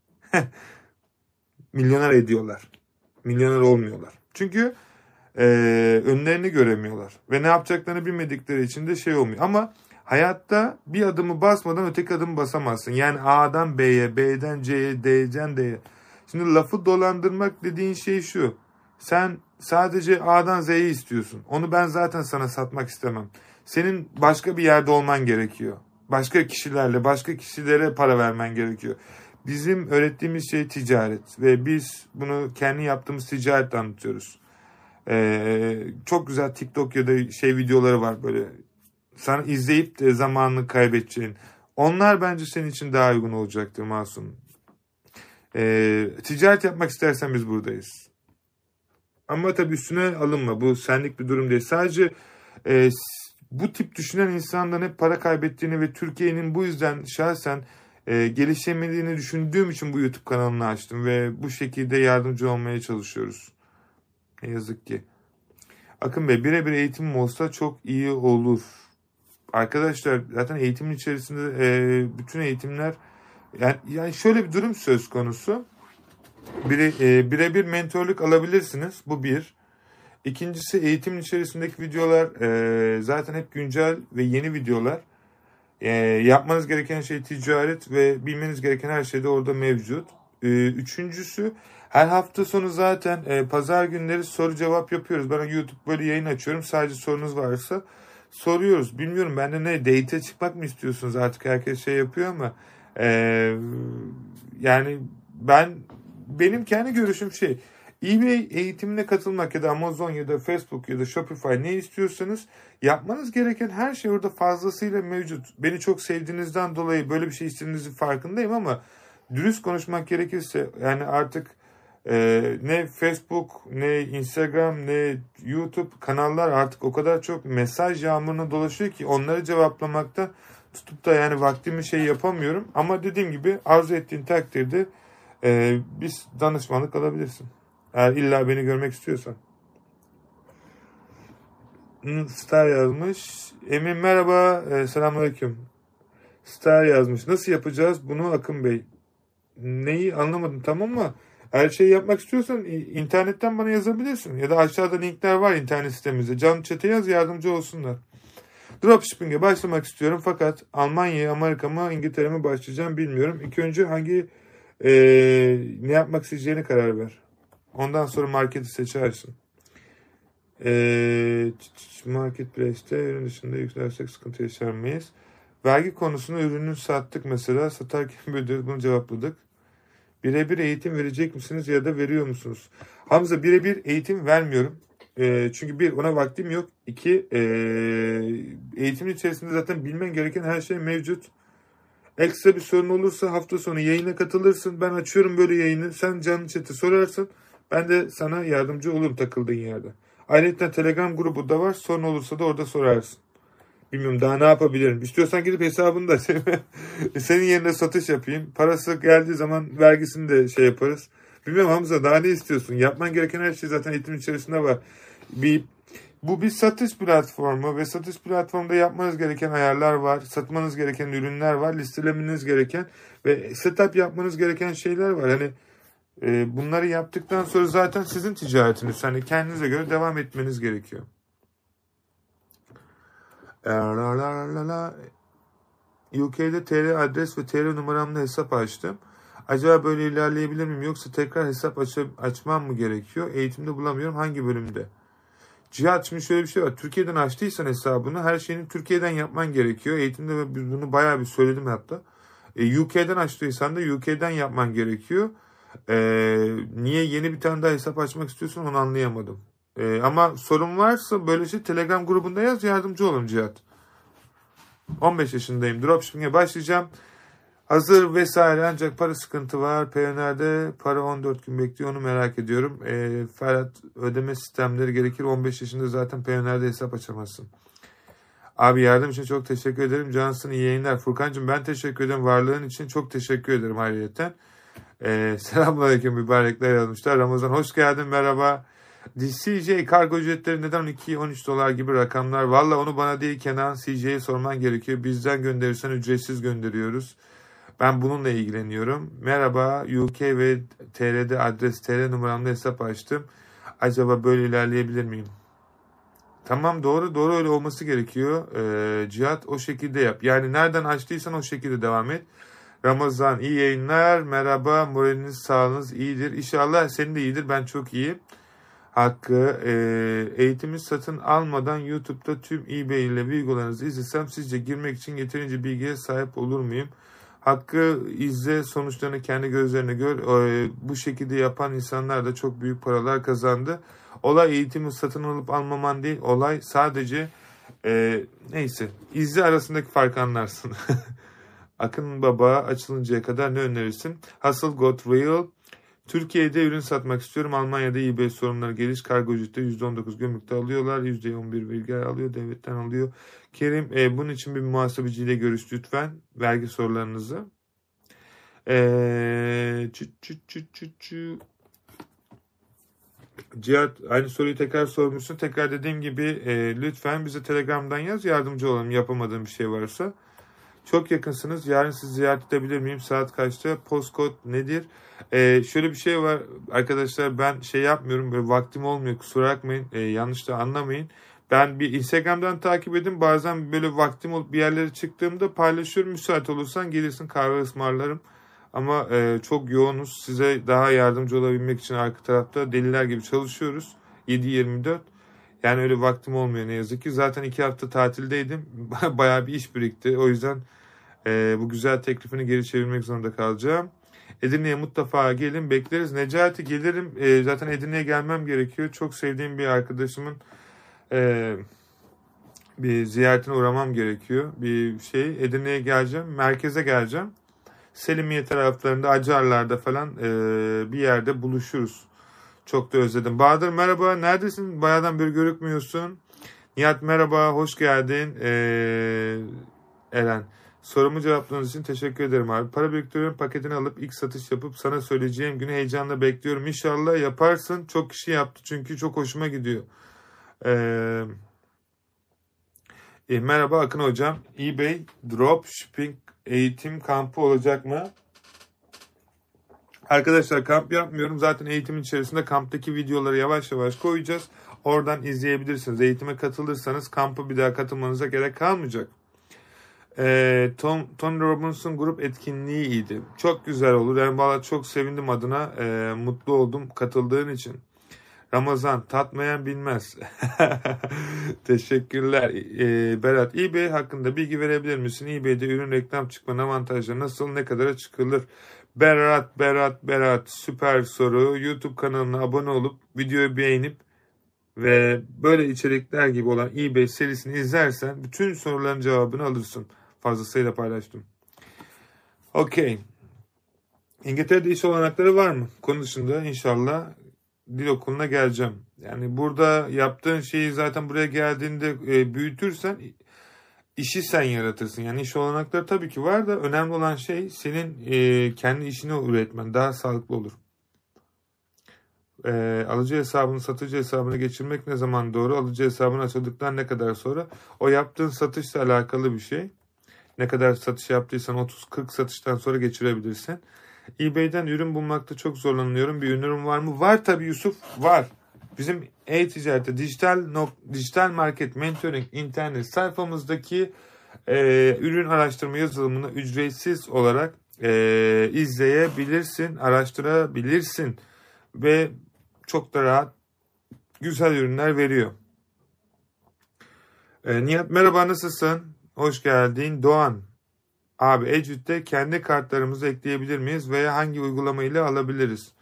Milyoner ediyorlar. Milyoner olmuyorlar. Çünkü önlerini göremiyorlar. Ve ne yapacaklarını bilmedikleri için de şey olmuyor. Ama hayatta bir adımı basmadan öteki adımı basamazsın. Yani A'dan B'ye, B'den C'ye, D'den D'ye. Şimdi lafı dolandırmak dediğin şey şu. Sen sadece A'dan Z'yi istiyorsun. Onu ben zaten sana satmak istemem. Senin başka bir yerde olman gerekiyor. Başka kişilerle, başka kişilere para vermen gerekiyor. Bizim öğrettiğimiz şey ticaret. Ve biz bunu kendi yaptığımız ticaretle anlatıyoruz. Çok güzel TikTok ya da şey videoları var böyle. Sana izleyip de zamanını kaybedeceğin. Onlar bence senin için daha uygun olacaktır Masum. Ticaret yapmak istersen biz buradayız. Ama tabii üstüne alınma. Bu senlik bir durum değil. Sadece bu tip düşünen insanların hep para kaybettiğini ve Türkiye'nin bu yüzden şahsen gelişemediğini düşündüğüm için bu YouTube kanalını açtım. Ve bu şekilde yardımcı olmaya çalışıyoruz. Ne yazık ki. Akın Bey, birebir eğitimim olsa çok iyi olur. Arkadaşlar zaten eğitimin içerisinde bütün eğitimler, yani şöyle bir durum söz konusu. Birebir mentörlük alabilirsiniz. Bu bir. İkincisi, eğitimin içerisindeki videolar zaten hep güncel ve yeni videolar. Yapmanız gereken şey ticaret ve bilmeniz gereken her şey de orada mevcut. Üçüncüsü, her hafta sonu zaten pazar günleri soru cevap yapıyoruz. Ben YouTube böyle yayın açıyorum. Sadece sorunuz varsa soruyoruz. Bilmiyorum, ben de ne, date çıkmak mı istiyorsunuz? Artık herkes şey yapıyor ama yani benim kendi görüşüm şey, eBay eğitimine katılmak ya da Amazon ya da Facebook ya da Shopify, ne istiyorsanız yapmanız gereken her şey orada fazlasıyla mevcut. Beni çok sevdiğinizden dolayı böyle bir şey istediğinizin farkındayım ama dürüst konuşmak gerekirse yani artık ne Facebook, ne Instagram, ne YouTube kanallar artık o kadar çok mesaj yağmuruna dolaşıyor ki onları cevaplamakta tutup da yani vaktimi şey yapamıyorum. Ama dediğim gibi arzu ettiğin takdirde biz danışmanlık alabilirsin. Eğer illa beni görmek istiyorsan. Star yazmış. Emin merhaba. Selamünaleyküm. Star yazmış. Nasıl yapacağız bunu Akın Bey? Neyi anlamadım, tamam mı? Her şeyi yapmak istiyorsan internetten bana yazabilirsin. Ya da aşağıda linkler var internet sitemizde. Canlı chat'e yaz, yardımcı olsunlar. Dropshipping'e başlamak istiyorum fakat Almanya'ya, Amerika mı, İngiltere mi başlayacağım bilmiyorum. İlk önce ne yapmak isteyeceğine karar ver. Ondan sonra marketi seçersin. Marketplace'te ürün dışında yüklersek sıkıntı yaşar mıyız? Vergi konusunda ürünü sattık mesela. Satarken böyle bunu cevapladık. Birebir eğitim verecek misiniz ya da veriyor musunuz? Hamza, birebir eğitim vermiyorum. Çünkü bir, ona vaktim yok. İki, eğitimin içerisinde zaten bilmen gereken her şey mevcut. Ekstra bir sorun olursa hafta sonu yayına katılırsın. Ben açıyorum böyle yayını. Sen canlı chat'e sorarsın. Ben de sana yardımcı olurum takıldığın yerde. Ayrıca Telegram grubu da var. Sorun olursa da orada sorarsın. Bilmiyorum daha ne yapabilirim. İstiyorsan gidip hesabını da senin yerine satış yapayım. Parası geldiği zaman vergisini de şey yaparız. Bilmiyorum Hamza daha ne istiyorsun? Yapman gereken her şey zaten eğitim içerisinde var. Bu bir satış platformu ve satış platformunda yapmanız gereken ayarlar var. Satmanız gereken ürünler var. Listelemeniz gereken ve setup yapmanız gereken şeyler var. Hani bunları yaptıktan sonra zaten sizin ticaretiniz. Hani kendinize göre devam etmeniz gerekiyor. UK'de TR adres ve TR numaramla hesap açtım. Acaba böyle ilerleyebilir miyim yoksa tekrar hesap açmam mı gerekiyor? Eğitimde bulamıyorum. Hangi bölümde? Cihat şimdi şöyle bir şey var. Türkiye'den açtıysan hesabını her şeyini Türkiye'den yapman gerekiyor. Eğitimde bunu bayağı bir söyledim hatta. UK'den açtıysan da UK'den yapman gerekiyor. Niye yeni bir tane daha hesap açmak istiyorsun onu anlayamadım. Ama sorun varsa böyle şey Telegram grubunda yaz yardımcı olun Cihat. 15 yaşındayım. Dropshipping'e başlayacağım. Hazır vesaire ancak para sıkıntı var. Payoneer'de para 14 gün bekliyor onu merak ediyorum. Ferhat ödeme sistemleri gerekir. 15 yaşında zaten Payoneer'de hesap açamazsın. Abi yardım için çok teşekkür ederim. Cansın iyi yayınlar. Furkancığım ben teşekkür ederim. Varlığın için çok teşekkür ederim ayrıyeten. Selamünaleyküm mübarekler yazmışlar. Ramazan hoş geldin merhaba. CJ kargo ücretleri neden 12-13 dolar gibi rakamlar? Valla onu bana değil Kenan CJ'ye sorman gerekiyor. Bizden gönderirsen ücretsiz gönderiyoruz. Ben bununla ilgileniyorum. Merhaba UK ve TR'de adres TR numaramla hesap açtım. Acaba böyle ilerleyebilir miyim? Tamam doğru öyle olması gerekiyor. Cihat o şekilde yap. Yani nereden açtıysan o şekilde devam et. Ramazan iyi yayınlar. Merhaba moraliniz sağlığınız iyidir. İnşallah senin de iyidir. Ben çok iyiyim. Hakkı eğitimi satın almadan YouTube'da tüm eBay ile videolarınızı izlesem sizce girmek için yeterince bilgiye sahip olur muyum? Hakkı izle sonuçlarını kendi gözlerine gör. Bu şekilde yapan insanlar da çok büyük paralar kazandı. Olay eğitimi satın alıp almaman değil. Olay sadece neyse izle arasındaki farkı anlarsın. Akın Baba açılıncaya kadar ne önerirsin? Hustle Got Real. Türkiye'de ürün satmak istiyorum. Almanya'da eBay sorunları geliş kargo ücreti %19 gümrükte alıyorlar. %11 vergi alıyor. Devletten alıyor. Kerim bunun için bir muhasebeciyle görüş lütfen. Vergi sorularınızı. Cihat aynı soruyu tekrar sormuşsun. Tekrar dediğim gibi lütfen bize Telegram'dan yaz. Yardımcı olalım yapamadığım bir şey varsa. Çok yakınsınız. Yarın sizi ziyaret edebilir miyim? Saat kaçta? Postkod nedir? Şöyle bir şey var arkadaşlar ben şey yapmıyorum. Böyle vaktim olmuyor. Kusura bakmayın. Yanlış da anlamayın. Ben bir Instagram'dan takip edin. Bazen böyle vaktim olup bir yerlere çıktığımda paylaşıyorum. Müsait olursan gelirsin kahve ısmarlarım. Ama çok yoğunuz. Size daha yardımcı olabilmek için arka tarafta deliler gibi çalışıyoruz. 7-24. Yani öyle vaktim olmuyor ne yazık ki. Zaten 2 hafta tatildeydim. Bayağı bir iş birikti. O yüzden bu güzel teklifini geri çevirmek zorunda kalacağım. Edirne'ye mutlaka gelin bekleriz. Necati gelirim. Zaten Edirne'ye gelmem gerekiyor. Çok sevdiğim bir arkadaşımın bir ziyaretine uğramam gerekiyor. Bir şey Edirne'ye geleceğim. Merkeze geleceğim. Selimiye taraflarında Acarlar'da falan bir yerde buluşuruz. Çok da özledim. Bahadır merhaba. Neredesin? Bayağıdan beri görükmüyorsun. Nihat merhaba. Hoş geldin. Eren. Sorumu cevapladığınız için teşekkür ederim abi. Para biriktiriyorum. Paketini alıp ilk satış yapıp sana söyleyeceğim günü heyecanla bekliyorum. İnşallah yaparsın. Çok kişi yaptı çünkü çok hoşuma gidiyor. Merhaba Akın hocam. eBay Dropshipping eğitim kampı olacak mı? Arkadaşlar kamp yapmıyorum. Zaten eğitimin içerisinde kamptaki videoları yavaş yavaş koyacağız. Oradan izleyebilirsiniz. Eğitime katılırsanız kampı bir daha katılmanıza gerek kalmayacak. Tony Robbins'ın grup etkinliği iyiydi. Çok güzel olur. Yani valla çok sevindim adına. Mutlu oldum katıldığın için. Ramazan tatmayan bilmez. Teşekkürler. Berat eBay hakkında bilgi verebilir misin? eBay'de ürün reklam çıkmanın avantajları nasıl ne kadara çıkılır? Berat süper soru. YouTube kanalına abone olup videoyu beğenip ve böyle içerikler gibi olan eBay serisini izlersen bütün soruların cevabını alırsın. Fazlasıyla paylaştım. Okey. İngiltere'de iş olanakları var mı? Konu dışında inşallah dil okuluna geleceğim. Yani burada yaptığın şeyi zaten buraya geldiğinde büyütürsen işi sen yaratırsın. Yani iş olanakları tabii ki var da önemli olan şey senin kendi işini üretmen. Daha sağlıklı olur. Alıcı hesabını satıcı hesabına geçirmek ne zaman doğru? Alıcı hesabını açıldıktan ne kadar sonra? O yaptığın satışla alakalı bir şey. Ne kadar satış yaptıysan 30-40 satıştan sonra geçirebilirsin. eBay'den ürün bulmakta çok zorlanıyorum. Bir ürün var mı? Var tabii Yusuf, var. Bizim e-ticarette dijital market mentoring internet sayfamızdaki ürün araştırma yazılımını ücretsiz olarak izleyebilirsin, araştırabilirsin ve çok da rahat güzel ürünler veriyor. Nihat merhaba, nasılsın? Hoş geldin. Doğan. Abi Edge'de kendi kartlarımızı ekleyebilir miyiz veya hangi uygulama ile alabiliriz?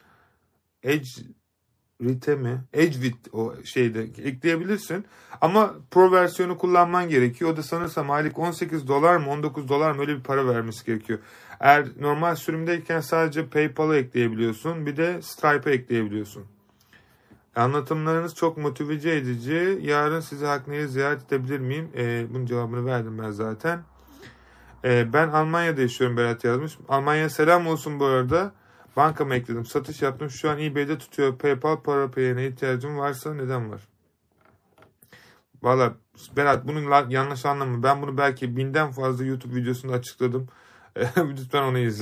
Edge'de mi? Edgewit o şeyde ekleyebilirsin. Ama Pro versiyonu kullanman gerekiyor. O da sanırsam aylık 18 dolar mı 19 dolar mı öyle bir para vermesi gerekiyor. Eğer normal sürümdeyken sadece PayPal'ı ekleyebiliyorsun. Bir de Stripe'ı ekleyebiliyorsun. Anlatımlarınız çok motive edici. Yarın sizi Hackney'e ziyaret edebilir miyim? Bunun cevabını verdim ben zaten. Ben Almanya'da yaşıyorum, Berat yazmış. Almanya'ya selam olsun bu arada. Bankamı ekledim. Satış yaptım. Şu an eBay'de tutuyor. PayPal para payine ihtiyacım varsa neden var? Valla Berat bunu yanlış anlama. Ben bunu belki 1000'den fazla YouTube videosunda açıkladım. Lütfen onu izle.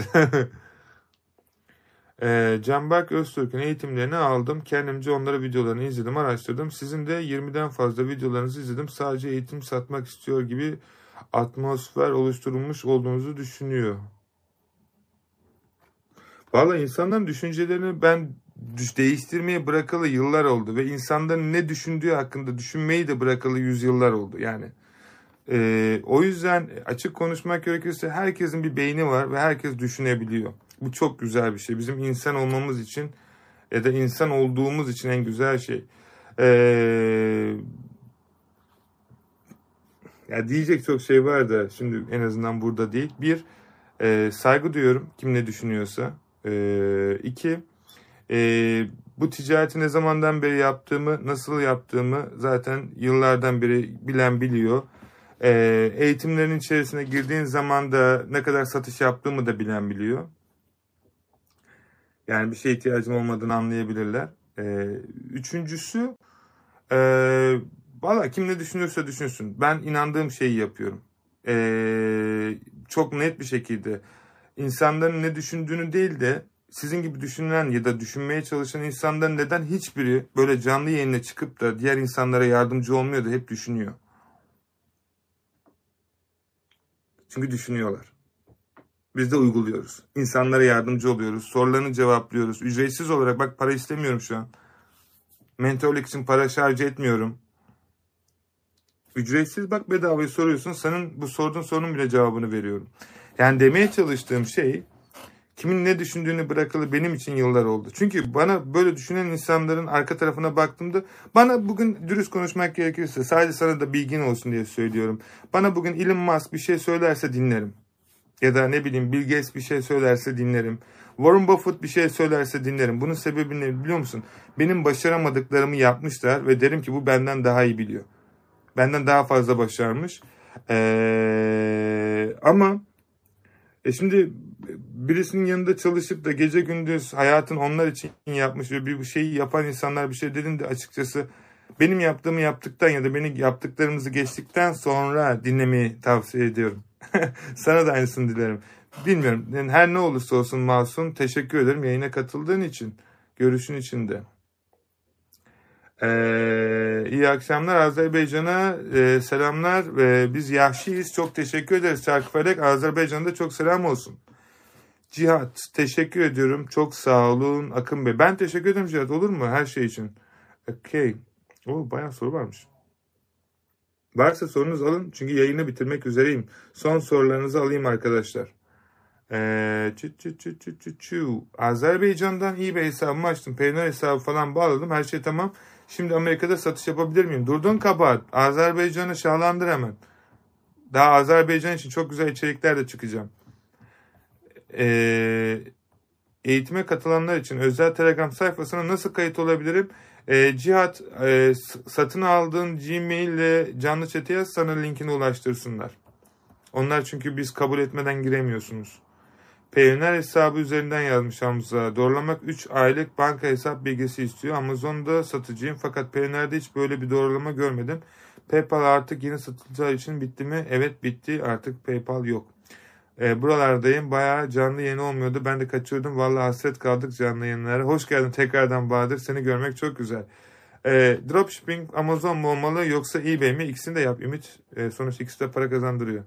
Canberk Öztürk'ün eğitimlerini aldım. Kendimce onları videolarını izledim, araştırdım. Sizin de 20'den fazla videolarınızı izledim. Sadece eğitim satmak istiyor gibi atmosfer oluşturulmuş olduğunuzu düşünüyor. Valla insanların düşüncelerini ben değiştirmeye bırakalı yıllar oldu. Ve insanların ne düşündüğü hakkında düşünmeyi de bırakalı yüzyıllar oldu. Yani o yüzden açık konuşmak gerekirse herkesin bir beyni var ve herkes düşünebiliyor. Bu çok güzel bir şey. Bizim insan olmamız için ya da insan olduğumuz için en güzel şey. Ya diyecek çok şey var da şimdi en azından burada değil. Bir, saygı duyuyorum kim ne düşünüyorsa. İki, bu ticareti ne zamandan beri yaptığımı, nasıl yaptığımı zaten yıllardan beri bilen biliyor. Eğitimlerin içerisine girdiğin zaman da ne kadar satış yaptığımı da bilen biliyor. Yani bir şeye ihtiyacım olmadığını anlayabilirler. Üçüncüsü, valla kim ne düşünürse düşünsün. Ben inandığım şeyi yapıyorum. Çok net bir şekilde insanların ne düşündüğünü değil de sizin gibi düşünen ya da düşünmeye çalışan insanların neden hiçbiri böyle canlı yayına çıkıp da diğer insanlara yardımcı olmuyor da hep düşünüyor. Çünkü düşünüyorlar. Biz de uyguluyoruz. İnsanlara yardımcı oluyoruz. Sorularını cevaplıyoruz. Ücretsiz olarak, bak para istemiyorum şu an. Mentorluk için para şarj etmiyorum. Ücretsiz, bak bedavaya soruyorsun. Senin bu sorduğun sorunun bile cevabını veriyorum. Yani demeye çalıştığım şey, kimin ne düşündüğünü bırakalı benim için yıllar oldu. Çünkü bana böyle düşünen insanların arka tarafına baktığımda, bana bugün dürüst konuşmak gerekirse, sadece sana da bilgin olsun diye söylüyorum. Bana bugün Elon Musk bir şey söylerse dinlerim. Ya da ne bileyim Bill Gates bir şey söylerse dinlerim. Warren Buffett bir şey söylerse dinlerim. Bunun sebebi ne biliyor musun? Benim başaramadıklarımı yapmışlar ve derim ki bu benden daha iyi biliyor. Benden daha fazla başarmış. Ama şimdi birisinin yanında çalışıp da gece gündüz hayatın onlar için yapmış ve bir şeyi yapan insanlar bir şey dediğinde açıkçası benim yaptığımı yaptıktan ya da benim yaptıklarımızı geçtikten sonra dinlemeyi tavsiye ediyorum. Sana da aynısını dilerim. Bilmiyorum. Yani her ne olursa olsun Masum, teşekkür ederim yayına katıldığın için. Görüşün için de. İyi akşamlar. Azerbaycan'a selamlar. Biz Yahşiyiz. Çok teşekkür ederiz. Çarkıfelek Azerbaycan'da çok selam olsun. Cihat teşekkür ediyorum. Çok sağ olun. Akın Bey. Ben teşekkür ederim Cihat. Olur mu? Her şey için. Okay. Bayağı soru varmış. Varsa sorunuz alın. Çünkü yayını bitirmek üzereyim. Son sorularınızı alayım arkadaşlar. Azerbaycan'dan eBay hesabımı açtım. Payoneer hesabı falan bağladım. Her şey tamam. Şimdi Amerika'da satış yapabilir miyim? Durdun kabahat. Azerbaycan'ı şahlandır hemen. Daha Azerbaycan için çok güzel içerikler de çıkacağım. Eğitime katılanlar için özel Telegram sayfasına nasıl kayıt olabilirim? Cihat, satın aldığın Gmail ile canlı chat'e yaz, sana linkini ulaştırsınlar. Onlar çünkü biz kabul etmeden giremiyorsunuz. Payoneer hesabı üzerinden yazmış Hamza. Doğrulamak 3 aylık banka hesap bilgisi istiyor. Amazon'da satıcıyım fakat Payoneer'de hiç böyle bir doğrulama görmedim. PayPal artık yeni satıcılar için bitti mi? Evet bitti. Artık PayPal yok. Buralardayım. Bayağı canlı yayın olmuyordu. Ben de kaçıyordum. Vallahi hasret kaldık canlı yayınlara. Hoş geldin tekrardan Bahadır. Seni görmek çok güzel. Dropshipping Amazon mu olmalı yoksa eBay mi? İkisini de yap Ümit. Sonuçta ikisi de para kazandırıyor.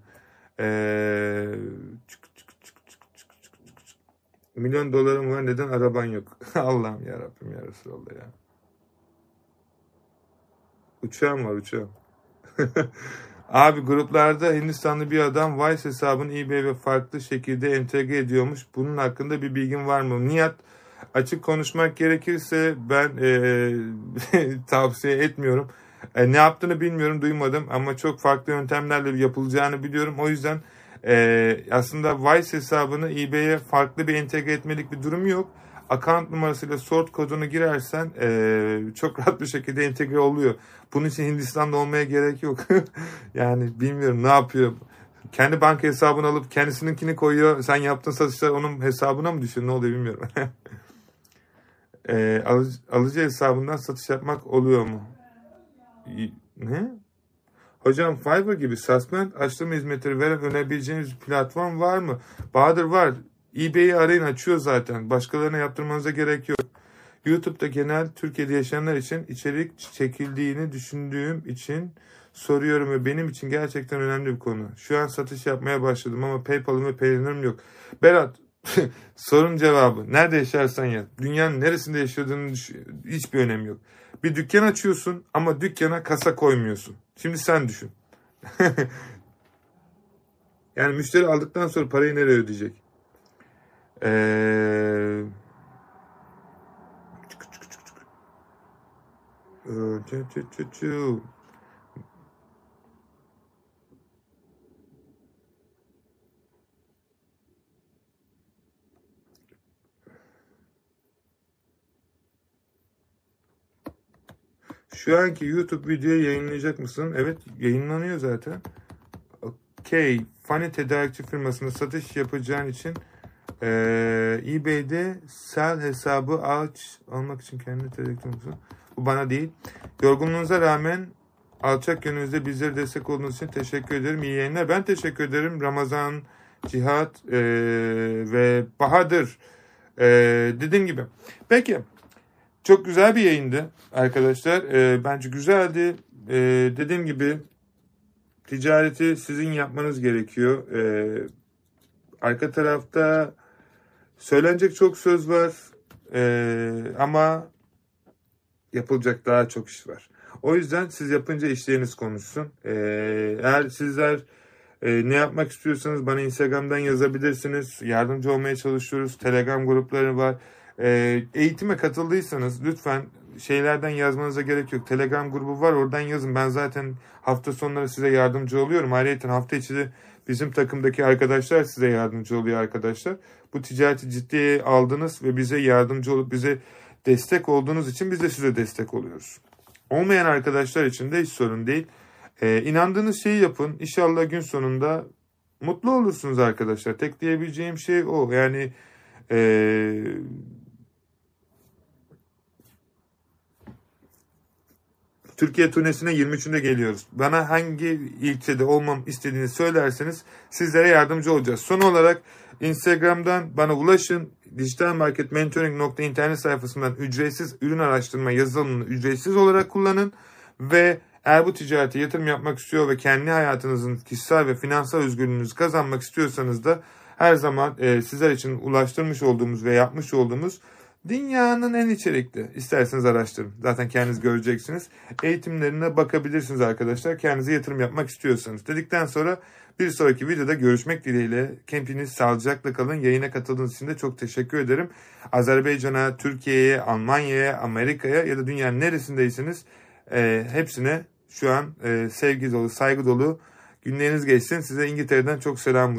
Milyon dolarım var, neden araban yok? Allah'ım ya Rabbim ya Resulallah ya. Uçağım var, uçağım. Abi gruplarda Hindistanlı bir adam Vice hesabını eBay ve farklı şekilde entegre ediyormuş. Bunun hakkında bir bilgin var mı? Nihat, açık konuşmak gerekirse ben tavsiye etmiyorum. Ne yaptığını bilmiyorum, duymadım ama çok farklı yöntemlerle yapılacağını biliyorum. O yüzden aslında Vice hesabını eBay'e farklı bir entegre etmelik bir durum yok. Account numarasıyla sort kodunu girersen çok rahat bir şekilde entegre oluyor. Bunun için Hindistan'da olmaya gerek yok. Yani bilmiyorum ne yapıyor. Kendi banka hesabını alıp kendisininkini koyuyor. Sen yaptığın satışlar onun hesabına mı düşüyor? Ne oluyor bilmiyorum. Alıcı hesabından satış yapmak oluyor mu? Ne? Hocam Fiverr gibi suspend açtırma hizmetleri veren önerebileceğiniz bir platform var mı? Bahadır var. eBay'i arayın, açıyor zaten. Başkalarına yaptırmanıza gerek yok. YouTube'da genel Türkiye'de yaşayanlar için içerik çekildiğini düşündüğüm için soruyorum ve benim için gerçekten önemli bir konu. Şu an satış yapmaya başladım ama PayPal'ım ve Payoneer'ım yok. Berat, sorun cevabı. Nerede yaşarsan ya. Dünyanın neresinde yaşadığının hiçbir önemi yok. Bir dükkan açıyorsun ama dükkana kasa koymuyorsun. Şimdi sen düşün. Yani müşteri aldıktan sonra parayı nereye ödeyecek? Şu anki YouTube videoyu yayınlayacak mısın? Evet, yayınlanıyor zaten. Okay. Fani tedarikçi firmasında satış yapacağın için eBay'de sell hesabı almak için kendini tedarikçi musun? Bu bana değil. Yorgunluğunuza rağmen alçak gönlünüzde bizlere destek olduğunuz için teşekkür ederim. İyi yayınlar. Ben teşekkür ederim. Ramazan, Cihat ve Bahadır. Dediğim gibi. Peki. Çok güzel bir yayındı arkadaşlar. Bence güzeldi. Dediğim gibi ticareti sizin yapmanız gerekiyor. Arka tarafta söylenecek çok söz var. Ama yapılacak daha çok iş var. O yüzden siz yapınca işleriniz konuşsun. Eğer sizler ne yapmak istiyorsanız bana Instagram'dan yazabilirsiniz. Yardımcı olmaya çalışıyoruz. Telegram grupları var. Eğitime katıldıysanız lütfen şeylerden yazmanıza gerek yok. Telegram grubu var, oradan yazın. Ben zaten hafta sonları size yardımcı oluyorum. Ayrıca hafta içi de bizim takımdaki arkadaşlar size yardımcı oluyor arkadaşlar. Bu ticareti ciddiye aldınız ve bize yardımcı olup bize destek olduğunuz için biz de size destek oluyoruz. Olmayan arkadaşlar için de hiç sorun değil. İnandığınız şeyi yapın. İnşallah gün sonunda mutlu olursunuz arkadaşlar. Tek diyebileceğim şey o. Yani Türkiye turnesine 23'ünde geliyoruz. Bana hangi ilçede olmam istediğini söylerseniz sizlere yardımcı olacağız. Son olarak Instagram'dan bana ulaşın. Dijitalmarketmentoring.internet sayfasından ücretsiz ürün araştırma yazılımını ücretsiz olarak kullanın. Ve eğer bu ticarete yatırım yapmak istiyor ve kendi hayatınızın kişisel ve finansal özgürlüğünüzü kazanmak istiyorsanız da her zaman sizler için ulaştırmış olduğumuz ve yapmış olduğumuz dünyanın en içerikli. İsterseniz araştırın. Zaten kendiniz göreceksiniz. Eğitimlerine bakabilirsiniz arkadaşlar. Kendinize yatırım yapmak istiyorsanız. Dedikten sonra bir sonraki videoda görüşmek dileğiyle. Hepiniz sağlıcakla kalın. Yayına katıldığınız için de çok teşekkür ederim. Azerbaycan'a, Türkiye'ye, Almanya'ya, Amerika'ya ya da dünyanın neresindeyseniz hepsine şu an sevgi dolu, saygı dolu günleriniz geçsin. Size İngiltere'den çok selam.